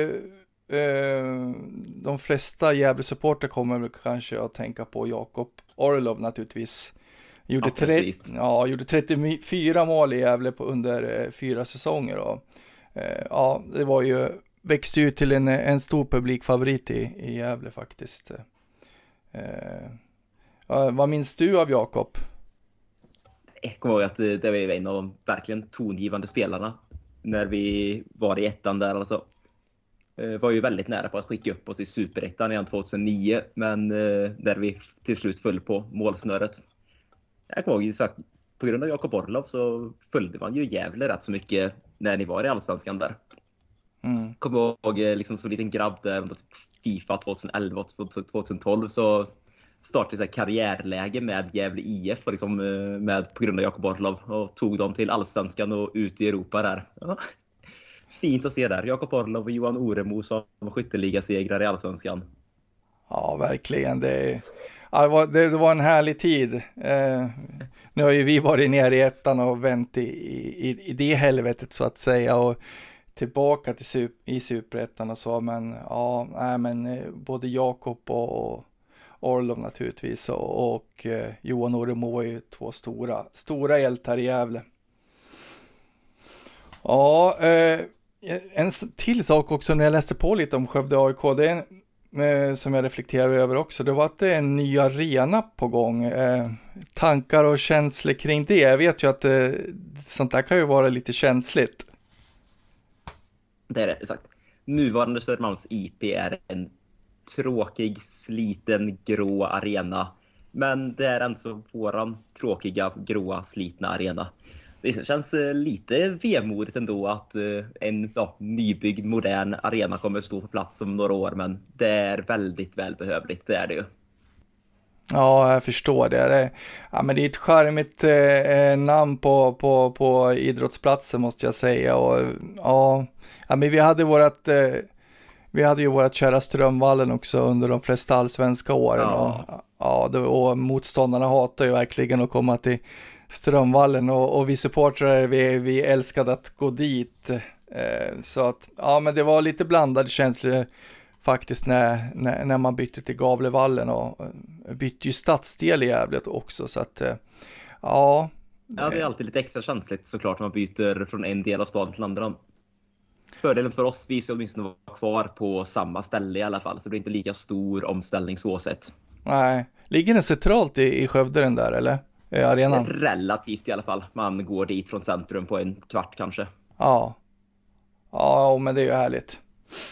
de flesta Gävle-supporter kommer väl kanske att tänka på Jakob Orlov naturligtvis. Gjorde 34 mål i Gävle under 4 säsonger. Och, det var ju, växte ut till en stor publikfavorit i Gävle faktiskt. Vad minns du av Jakob? Jag kommer ihåg att det var en av de verkligen tongivande spelarna när vi var i ettan där. Alltså. Var ju väldigt nära på att skicka upp oss i Superettan igen 2009, men där vi till slut föll på målsnöret. Jag kommer ihåg att på grund av Jakob Orlov så följde man ju Gävle rätt så mycket när ni var i Allsvenskan där. Kommer ihåg liksom som liten grabb där under FIFA 2011 och 2012 så startade så här karriärläge med Gävle IF och liksom med på grund av Jakob Orlov och tog dem till Allsvenskan och ut i Europa där. Ja. Fint att se där. Jakob Orlov och Johan Oremo som skytteligasegrar i Allsvenskan. Ja, verkligen. Det var en härlig tid. Nu har ju vi varit nere i ettan och vänt i det helvetet så att säga och tillbaka i Superettan och så. Men både Jakob och Orlov naturligtvis och Johan Oremo är ju 2 stora hjältar i Gävle. Ja, En till sak också när jag läste på lite om Skövde AIK, det är som jag reflekterar över också, det var att det är en ny arena på gång. Tankar och känslor kring det. Jag vet ju att sånt där kan ju vara lite känsligt. Det är det, exakt. Nuvarande Södermalms IP är en tråkig, sliten, grå arena. Men det är alltså våran tråkiga, gråa, slitna arena. Det känns lite vemodigt ändå att en nybyggd, modern arena kommer att stå på plats om några år. Men det är väldigt välbehövligt, det är det ju. Ja, jag förstår det. Men det är ett charmigt namn på idrottsplatsen måste jag säga. Och, men vi hade ju vårat kära Strömvallen också under de flesta allsvenska åren. Och motståndarna hatar ju verkligen att komma till Strömvallen. Och vi supportrar, vi älskade att gå dit. Så att, men det var lite blandade känslor faktiskt när man bytte till Gavlevallen och bytte ju stadsdel i Gävle också, så att ja, det är alltid lite extra känsligt såklart när man byter från en del av staden till andra. Fördelen för oss, vi ska åtminstone vara kvar på samma ställe i alla fall, så det blir inte lika stor omställning så sett. Nej, ligger den centralt i Skövde den där eller? Arenan? Relativt i alla fall, man går dit från centrum på en kvart kanske. Ja, men det är ju härligt.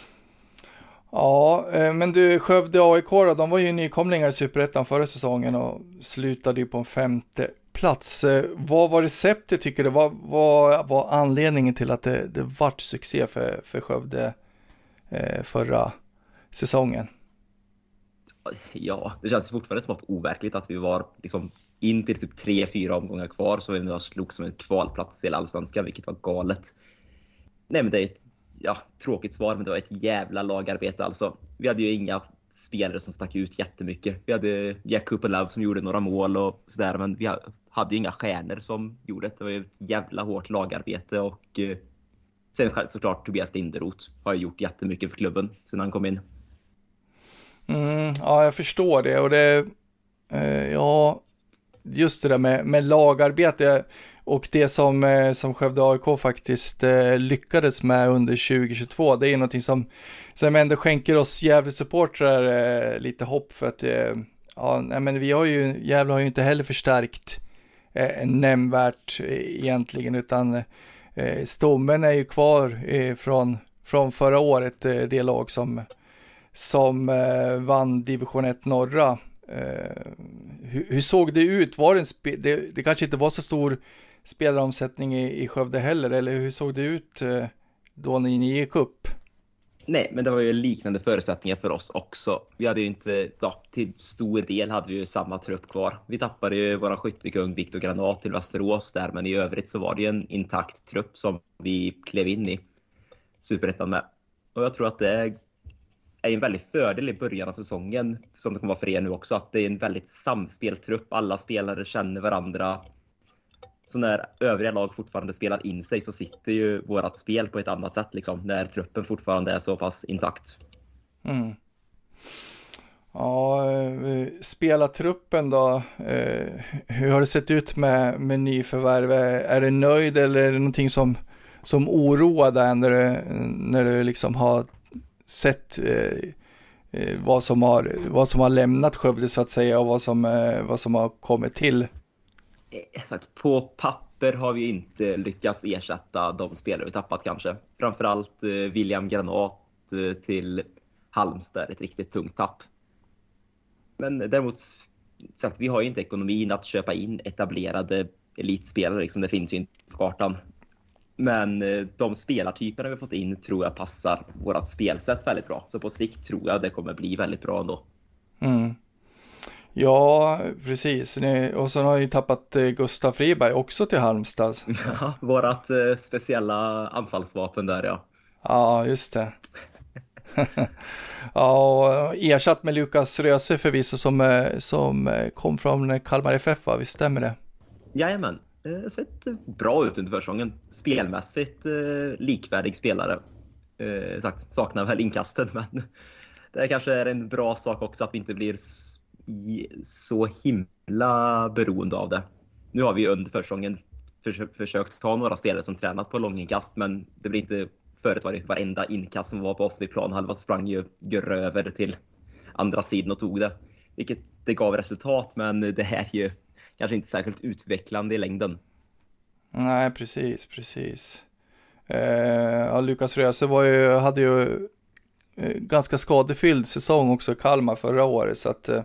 Ja, men du, Skövde AIK då, de var ju nykomlingar i Superettan förra säsongen och slutade ju på en 5:e plats. Vad var receptet tycker du? Vad var anledningen till att det vart succé för Skövde förra säsongen? Ja, det känns fortfarande smått overkligt att vi var liksom in till typ 3-4 omgångar kvar så vi nu slog som en kvalplats i Allsvenskan, vilket var galet. Nej, men det är ett tråkigt svar, men det var ett jävla lagarbete alltså. Vi hade ju inga spelare som stack ut jättemycket. Vi hade Jack Kupelov som gjorde några mål och sådär, men vi hade ju inga stjärnor som gjorde det. Det var ju ett jävla hårt lagarbete och sen såklart Tobias Linderoth har gjort jättemycket för klubben sedan han kom in. Ja, jag förstår det och det just det där med lagarbete och det som Skövde AIK faktiskt lyckades med under 2022, det är någonting som ändå skänker oss Gävle-supportrar lite hopp för att men Gävle har ju inte heller förstärkt nämnvärt egentligen, utan stommen är ju kvar från förra året, det lag som vann division 1 norra. Hur såg det ut? Var det kanske inte var så stor spelaromsättning i Skövde heller, eller hur såg det ut då ni gick upp? Nej, men det var ju liknande förutsättningar för oss också. Vi hade ju inte, till stor del hade vi ju samma trupp kvar. Vi tappade ju våran skyttekung Viktor Granat till Västerås där, men i övrigt så var det ju en intakt trupp som vi klev in i Superettan med. Och jag tror att det är en väldigt fördel i början av säsongen, som det kommer vara för er nu också, att det är en väldigt samspeltrupp. Alla spelare känner varandra. Så när övriga lag fortfarande spelar in sig så sitter ju vårat spel på ett annat sätt liksom, när truppen fortfarande är så pass intakt. Ja, spelartruppen då, hur har det sett ut med nyförvärv? Är du nöjd eller är det någonting som oroar dig när du liksom har sett vad som har lämnat Skövde så att säga och vad som har kommit till? På papper har vi inte lyckats ersätta de spelare vi tappat kanske. Framförallt William Granat till Halmstad, ett riktigt tungt tapp. Men däremot sagt, vi har ju inte ekonomin att köpa in etablerade elitspelare liksom, det finns ju inte på kartan. Men de spelartyperna vi har fått in tror jag passar vårat spelsätt väldigt bra. Så på sikt tror jag det kommer bli väldigt bra ändå. Ja, precis. Och så har ju tappat Gustav Friberg också till Halmstad. Ja, vårat speciella anfallsvapen där, ja. Ja, just det. Ja, och ersatt med Lukas Röse förvisso som kom från Kalmar FF, va? Visst stämmer det? Jajamän. Sett bra ut under försäsongen. Spelmässigt likvärdig spelare. Saknar väl inkasten, men det kanske är en bra sak också att vi inte blir så himla beroende av det. Nu har vi under försäsongen försökt ta några spelare som tränat på långinkast, men det blir inte Förut var det varenda inkast som var på offensiv planhalva så sprang ju över till andra sidan och tog det. Vilket det gav resultat, men det här är ju kanske inte särskilt utvecklande i längden. Nej, precis. Lukas Röse hade ju ganska skadefylld säsong också i Kalmar förra året, så att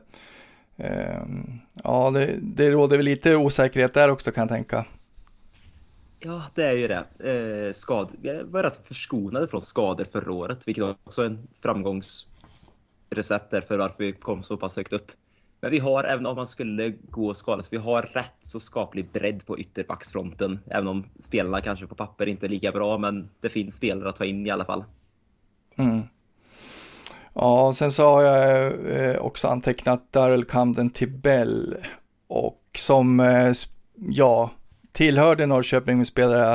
det råder väl lite osäkerhet där också, kan jag tänka. Ja, det är ju det. Vi var rätt förskonade från skador förra året, vilket också är en framgångsrecept för varför vi kom så pass högt upp. Men vi har, även om man skulle gå och skada, så vi har rätt så skaplig bredd på ytterbacksfronten. Även om spelarna kanske på papper inte är lika bra, men det finns spelare att ta in i alla fall. Mm. Ja, sen så har jag också antecknat Daryl Camden Tibell, och som tillhörde Norrköping med spelare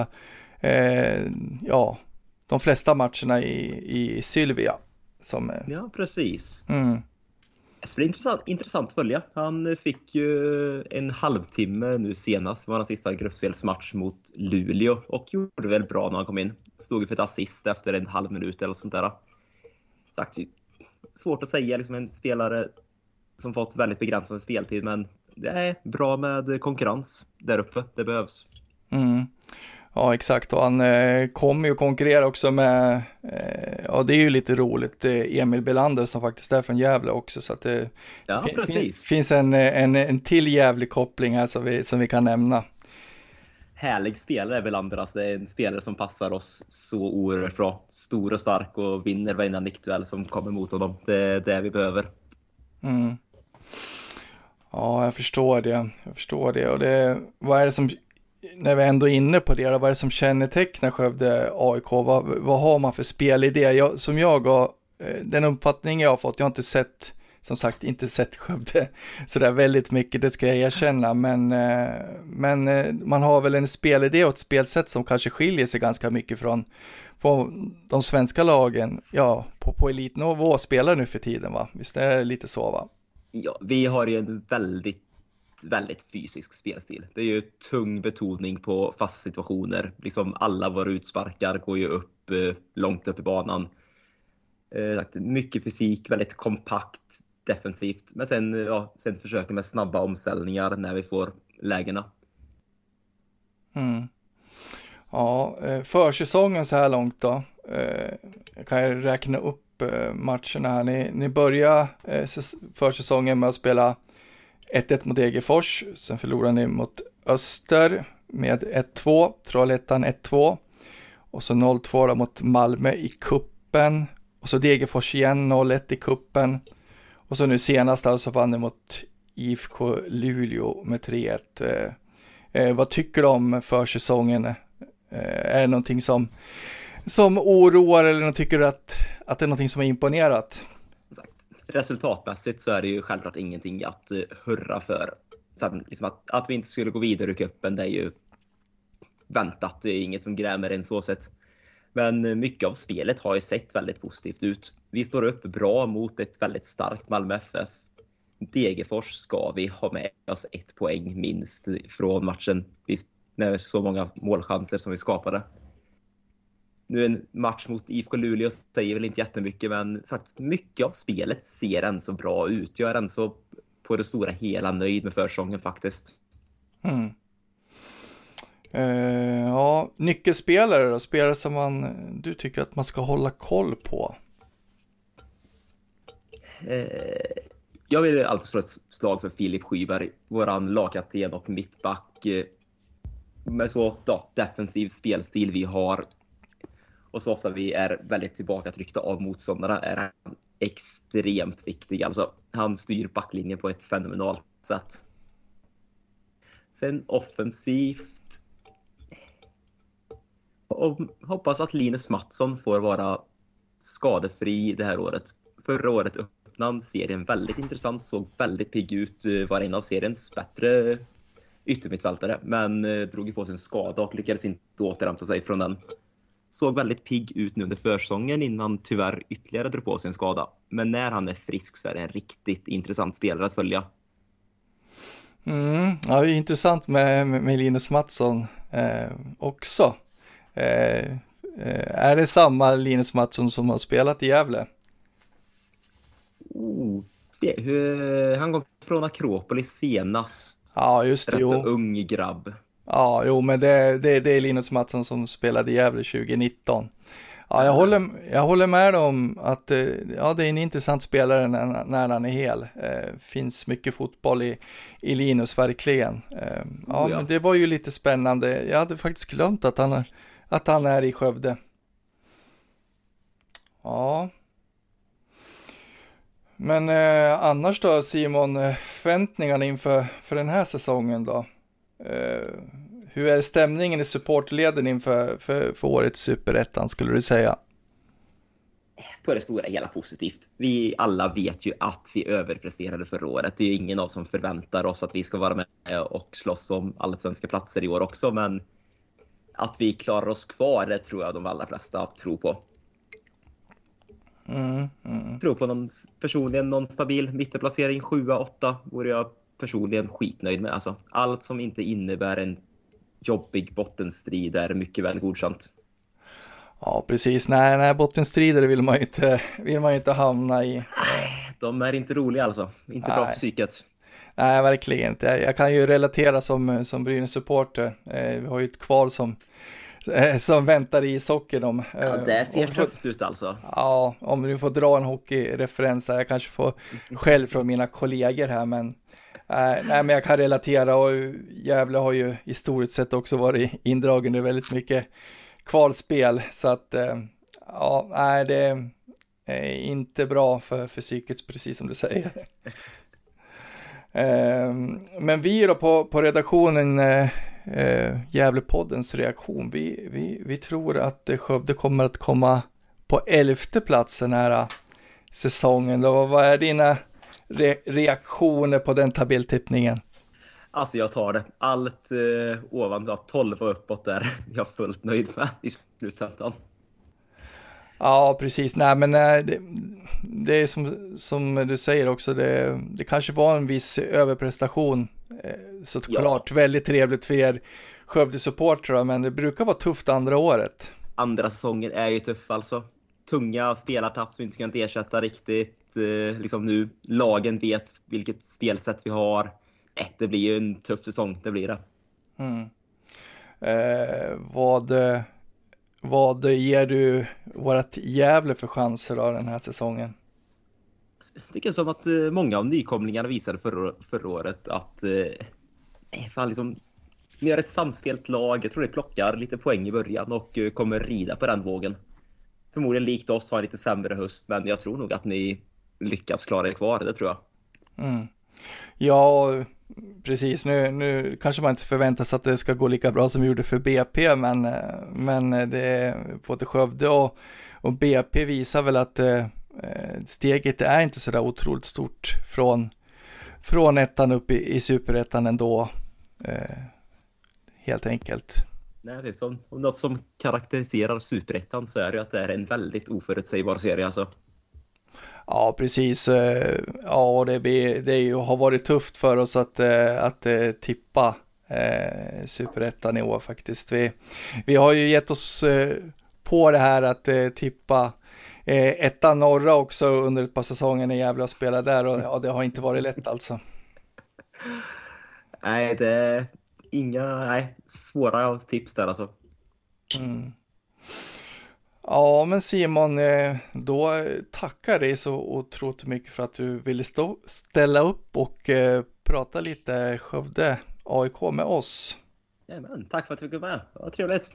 de flesta matcherna i Sylvia. Ja, precis. Mm. Det är intressant att följa. Han fick ju en halvtimme nu senast. Det var hans sista gruppspelsmatch mot Luleå och gjorde väl bra när han kom in. Stod för ett assist efter en halv minut eller sånt där. Sagt, svårt att säga, liksom en spelare som fått väldigt begränsad speltid, men det är bra med konkurrens där uppe. Det behövs. Mm. Ja, exakt. Och han kommer ju konkurrera också med, det är ju lite roligt, Emil Belander som faktiskt är från Gävle också. Så att det finns en till jävlig koppling här som vi kan nämna. Härlig spelare Belander, alltså det är en spelare som passar oss så oerhört bra. Stor och stark och vinner varenda nickduell som kommer mot honom. Det är det vi behöver. Mm. Ja, jag förstår det. Och vad är det som, när vi ändå är inne på det, vad är det som kännetecknar Skövde AIK? Vad har man för spelidé? Den uppfattning jag har fått, jag har inte sett Skövde sådär väldigt mycket, det ska jag erkänna, men man har väl en spelidé och ett spelsätt som kanske skiljer sig ganska mycket från de svenska lagen, på elitnivå spelar nu för tiden, va? Visst är det lite så, va? Ja, vi har ju en väldigt, väldigt fysisk spelstil. Det är ju tung betoning på fasta situationer. Liksom alla våra utsparkar går ju upp långt upp i banan. Mycket fysik, väldigt kompakt defensivt. Men sen försöker med snabba omställningar när vi får lägena. Mm. Ja, försäsongen så här långt då. Kan jag räkna upp matcherna här. Ni börjar försäsongen med att spela 1-1 mot Degerfors. Sen förlorar ni mot Öster med 1-2. Trollhättan 1-2. Och så 0-2 mot Malmö i kuppen. Och så Degerfors igen 0-1 i kuppen. Och så nu senast alltså vann ni mot IFK Luleå med 3-1. Vad tycker du om försäsongen? Är det någonting som oroar, eller tycker du att det är någonting som har imponerat? Resultatmässigt så är det ju självklart ingenting att hurra för. Sen, liksom att vi inte skulle gå vidare i kuppen, det är ju väntat. Det är inget som grämer en så sätt. Men mycket av spelet har ju sett väldigt positivt ut. Vi står upp bra mot ett väldigt starkt Malmö FF. Degerfors ska vi ha med oss 1 poäng minst från matchen. Med så många målchanser som vi skapade. Nu en match mot IFK Luleå säger väl inte jättemycket, men sagt, mycket av spelet ser än så bra ut. Jag är än så på det stora hela nöjd med försäsongen faktiskt. Mm. Nyckelspelare då? Spelare som du tycker att man ska hålla koll på? Jag vill alltid slå ett slag för Filip Skyberg, våran lagkapten och mittback. Med så defensiv spelstil vi har, och så ofta vi är väldigt tillbakatryckta av motståndarna, är han extremt viktig. Alltså, han styr backlinjen på ett fenomenalt sätt. Sen offensivt, och hoppas att Linus Mattsson får vara skadefri det här året. Förra året öppnade han serien väldigt intressant, såg väldigt pigg ut, var en av seriens bättre yttermittfältare, men drog på sin en skada och lyckades inte återhämta sig från den. Såg väldigt pigg ut nu under försäsongen innan tyvärr ytterligare drog på sin skada. Men när han är frisk så är det en riktigt intressant spelare att följa. Ja, det är intressant med Linus Mattsson också. Är det samma Linus Mattsson som har spelat i Gävle? Han kom från Akropolis senast. Ja, just det. Rätt så ung grabb. Ja, jo, men det är Linus Mattsson som spelade i Gävle 2019. Ja, jag håller med om att ja, det är en intressant spelare när han är hel. Finns mycket fotboll i Linus, verkligen. Ja, men det var ju lite spännande. Jag hade faktiskt glömt att han är i Skövde. Ja. Men annars då, Simon, förväntningarna inför den här säsongen då? Hur är stämningen i supportleden inför för årets Superettan, skulle du säga? På det stora hela positivt. Vi alla vet ju att vi överpresterade förra året. Det är ju ingen av oss som förväntar oss att vi ska vara med och slåss om alla svenska platser i år också. Men att vi klarar oss kvar, det tror jag de allra flesta tror på. Tror på personligen någon stabil mittenplacering, 7-8 vore jag personligen skitnöjd med. Alltså, allt som inte innebär en jobbig bottenstrid är mycket väl godkänt. Ja, precis. Nej, bottenstrider vill man ju inte hamna i. De är inte roliga alltså. Inte bra för psyket. Nej, verkligen inte. Jag kan ju relatera som Brynäs-supporter. Vi har ju ett kval som väntar i ishockey. Ja, det ser tufft ut alltså. Ja, om du får dra en hockeyreferens. Jag kanske får skäll från mina kollegor här, men nej, men jag kan relatera, och Gävle har ju historiskt sett också varit indragen i väldigt mycket kvalspel, så att ja, nej, det är inte bra för psyket, precis som du säger. Men vi då på redaktionen, Gävlepoddens reaktion, vi tror att Skövde kommer att komma på 11:e plats den här säsongen. Då, vad är dina reaktioner på den tabelltippningen? Alltså jag tar det. Allt ovan 12 och uppåt där. Jag är fullt nöjd med i slutändan. Ja, precis. Nej, men det är som du säger också. Det kanske var en viss överprestation. Såklart väldigt trevligt för er Skövde-supportrar, men det brukar vara tufft andra året. Andra säsongen är ju tuff alltså. Tunga spelartapp som vi inte kan ersätta riktigt. Liksom nu, lagen vet vilket spelsätt vi har. Det blir ju en tuff säsong, det blir det. Vad ger du vårat Gävle för chanser då den här säsongen? Jag tycker som att många av nykomlingarna visade förra året att fan liksom, ni har ett samspelt lag. Jag tror det plockar lite poäng i början och kommer rida på den vågen. Förmodligen likt oss har lite sämre höst, men jag tror nog att ni lyckas klara er kvar, det tror jag. Ja, precis. Nu kanske man inte förväntar sig att det ska gå lika bra som vi gjorde för BP, men det är både Skövde och BP visar väl att steget är inte så där otroligt stort från ettan upp i superettan ändå, helt enkelt. Nej, det är som, om något som karaktäriserar superettan så är det att det är en väldigt oförutsägbar serie alltså. Ja, precis. Ja, det har varit tufft för oss att tippa superettan i år faktiskt. Vi har ju gett oss på det här att tippa ettan norra också under ett par säsonger när Gävle har spelat där, och ja, det har inte varit lätt alltså. Nej, det är inga svåra tips där alltså. Ja, men Simon, då tackar dig så otroligt mycket för att du ville ställa upp och prata lite Skövde AIK med oss. Jamen, tack för att du fick med. Det var trevligt.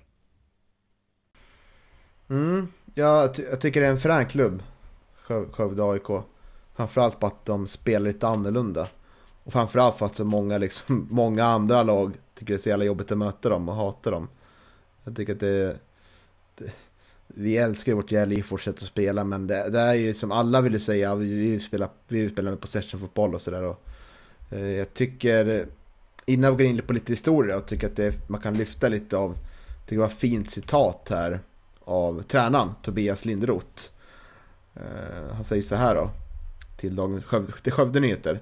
Jag tycker det är en frän klubb, Skövde AIK. Framförallt på att de spelar lite annorlunda. Och framförallt för att så många andra lag tycker det är så jävla jobbigt att möta dem och hata dem. Jag tycker att vi älskar vårt jävla fortsätt att spela, men det är ju som alla vill säga, vi vill spela med possession-fotboll och sådär. Och jag tycker, innan vi går in på lite historia, jag tycker att man kan lyfta lite av, det var fint citat här av tränaren Tobias Linderoth. Han säger så här då till Skövde Nyheter.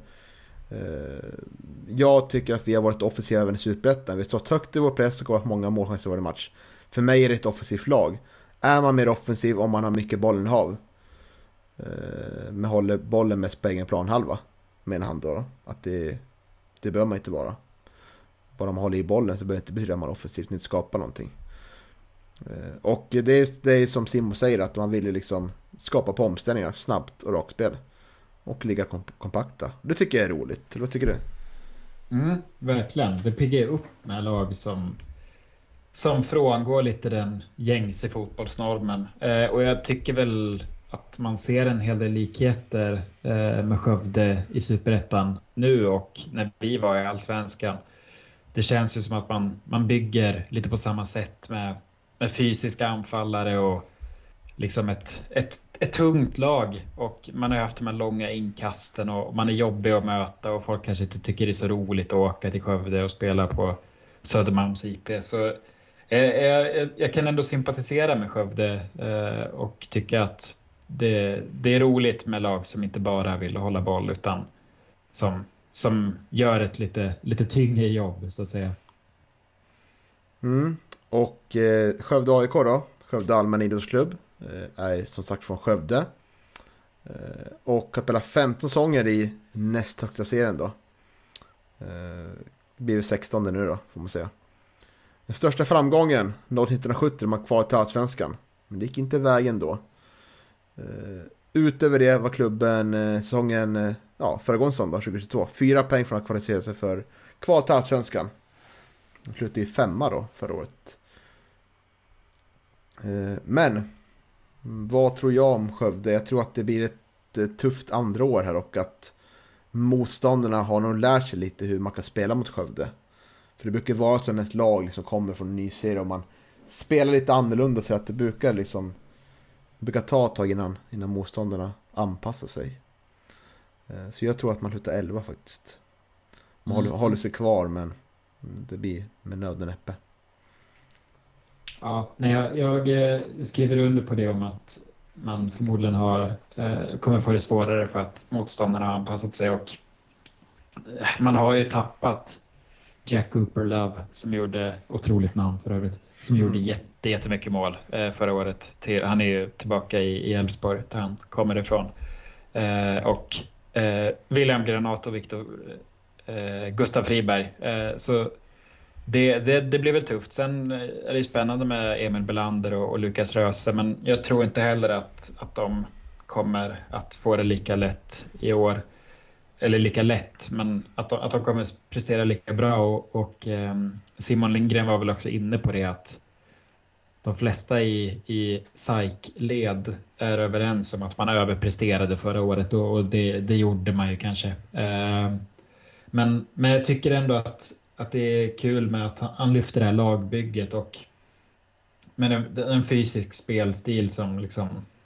Jag tycker att vi har varit offensiva i Superettan. Vi har stått högt i vår press och har många målchanser i varje match. För mig är det ett offensivt lag. är man mer offensiv om man har mycket bollinnehav. Men håller bollen mest på egen planhalva, menar han då. Att det bör man inte vara. Bara man håller i bollen så behöver det inte betyda att man offensivt inte skapar någonting. Och det är som Simon säger, att man vill liksom skapa på omställningar snabbt och rakspel och ligga kompakta. Det tycker jag är roligt. Vad tycker du? Verkligen. Det piggar upp med lag som frångår lite den gängse fotbollsnormen. Och jag tycker väl att man ser en hel del likheter med Skövde i Superettan nu och när vi var i Allsvenskan. Det känns ju som att man bygger lite på samma sätt med fysiska anfallare och liksom ett tungt lag. Och man har haft de här långa inkasten och man är jobbig att möta och folk kanske inte tycker det är så roligt att åka till Skövde och spela på Södermalms IP. Så jag kan ändå sympatisera med Skövde och tycka att det är roligt med lag som inte bara vill hålla boll utan som gör ett lite tyngre jobb så att säga. Och Skövde AIK då, Skövde Allmänna Idrottsklubb, är som sagt från Skövde. Och har spelat 15 säsonger i näst högsta serien då. Det blir 16 nu då, får man säga. Den största framgången 1970 man kvar till Allsvenskan. Men det gick inte vägen då. Utöver det var klubben säsongen föregående säsong då, 2022. 4 poäng från att kvalificera sig för kvar till Allsvenskan. De slutade i 5:a då förra året. Men vad tror jag om Skövde? Jag tror att det blir ett tufft andra år här och att motståndarna har nog lärt sig lite hur man kan spela mot Skövde. För det brukar vara som ett lag som kommer från en ny serie och man spelar lite annorlunda så att det brukar ta ett tag innan motståndarna anpassar sig. Så jag tror att man slutar 11 faktiskt. Man håller sig kvar, men det blir med nöd och näppe. Ja, jag skriver under på det om att man förmodligen kommer få det svårare för att motståndarna har anpassat sig och man har ju tappat Jack Cooper Love som gjorde otroligt namn för övrigt, som gjorde jättemycket mål förra året. Han är ju tillbaka i Elfsborg där han kommer ifrån. Och William Granat och Gustav Friberg. Så det blir väl tufft. Sen är det ju spännande med Emil Belander och Lukas Röse, men jag tror inte heller att de kommer att få det lika lätt i år. Eller lika lätt, men att de kommer prestera lika bra. Och Simon Lindgren var väl också inne på det, att de flesta i SAIK-led är överens om att man överpresterade förra året och det gjorde man ju kanske. Men jag tycker ändå att det är kul med att han lyfter det här lagbygget och med en fysisk spelstil som liksom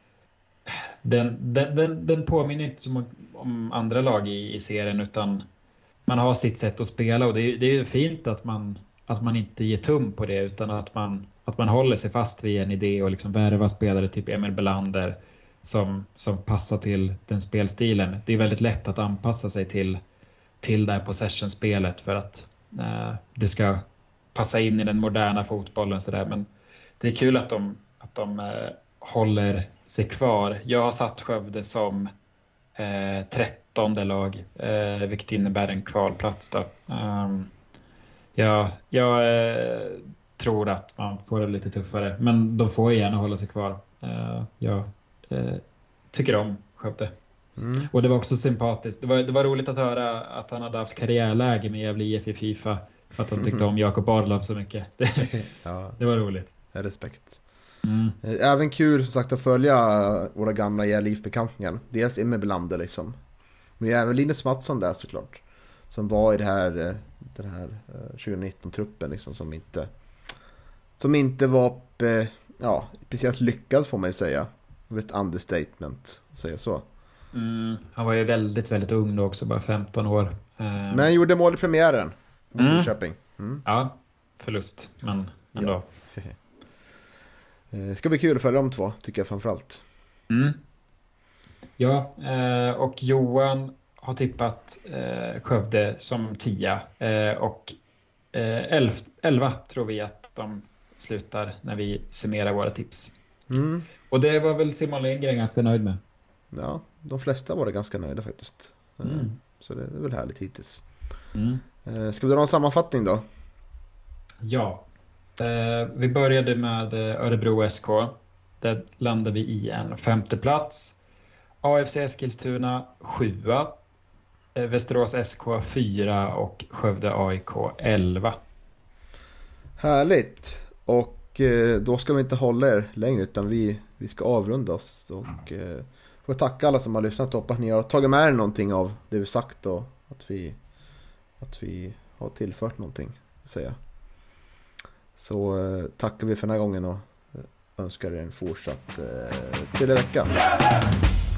den påminner inte som om andra lag i serien, utan man har sitt sätt att spela och det är ju fint att man inte ger tum på det, utan att man håller sig fast vid en idé och liksom värvar spelare typ Emil Belander som passar till den spelstilen. Det är väldigt lätt att anpassa sig till det här possession-spelet för att det ska passa in i den moderna fotbollen så där. Men det är kul att de håller sig kvar. Jag har satt Skövde som 13:e lag, vilket innebär en kvalplats då. Jag tror att man får det lite tuffare, men de får gärna hålla sig kvar. Jag tycker om Skövde. Och det var också sympatiskt. Det var roligt att höra att han hade haft karriärläge med Gävle IF i FIFA för att han tyckte om Jakob Arlöv så mycket. Det var roligt. Respekt. Även kul som sagt att följa våra gamla Gävle IF-bekantningar. Dels Emil Belander liksom. Men även Linus Mattsson där såklart. Som var i den här 2019-truppen liksom, som inte var speciellt lyckad får man ju säga. Det var ett understatement att säga så. Han var ju väldigt, väldigt ung då också, bara 15 år. Men gjorde mål i premiären. Köping. Ja, förlust, men ändå. Ja. Det ska bli kul att följa de två, tycker jag framförallt. Ja, och Johan har tippat Skövde som 10 och 11 tror vi att de slutar när vi summerar våra tips. Och det var väl Simon Lindgren ganska nöjd med. Ja, de flesta var det ganska nöjda faktiskt. Så det är väl härligt hittills. Ska vi dra en sammanfattning då? Ja. Vi började med Örebro SK. Där landade vi i en 5:e plats. AFC Eskilstuna 7:a. Västerås SK 4 och Skövde AIK 11. Härligt. Och då ska vi inte hålla er längre utan vi ska avrunda oss. Och får tacka alla som har lyssnat och hoppas ni har tagit med er någonting av det vi sagt och att vi har tillfört någonting att säga. Så tackar vi för den här gången och önskar er en fortsatt trevlig vecka.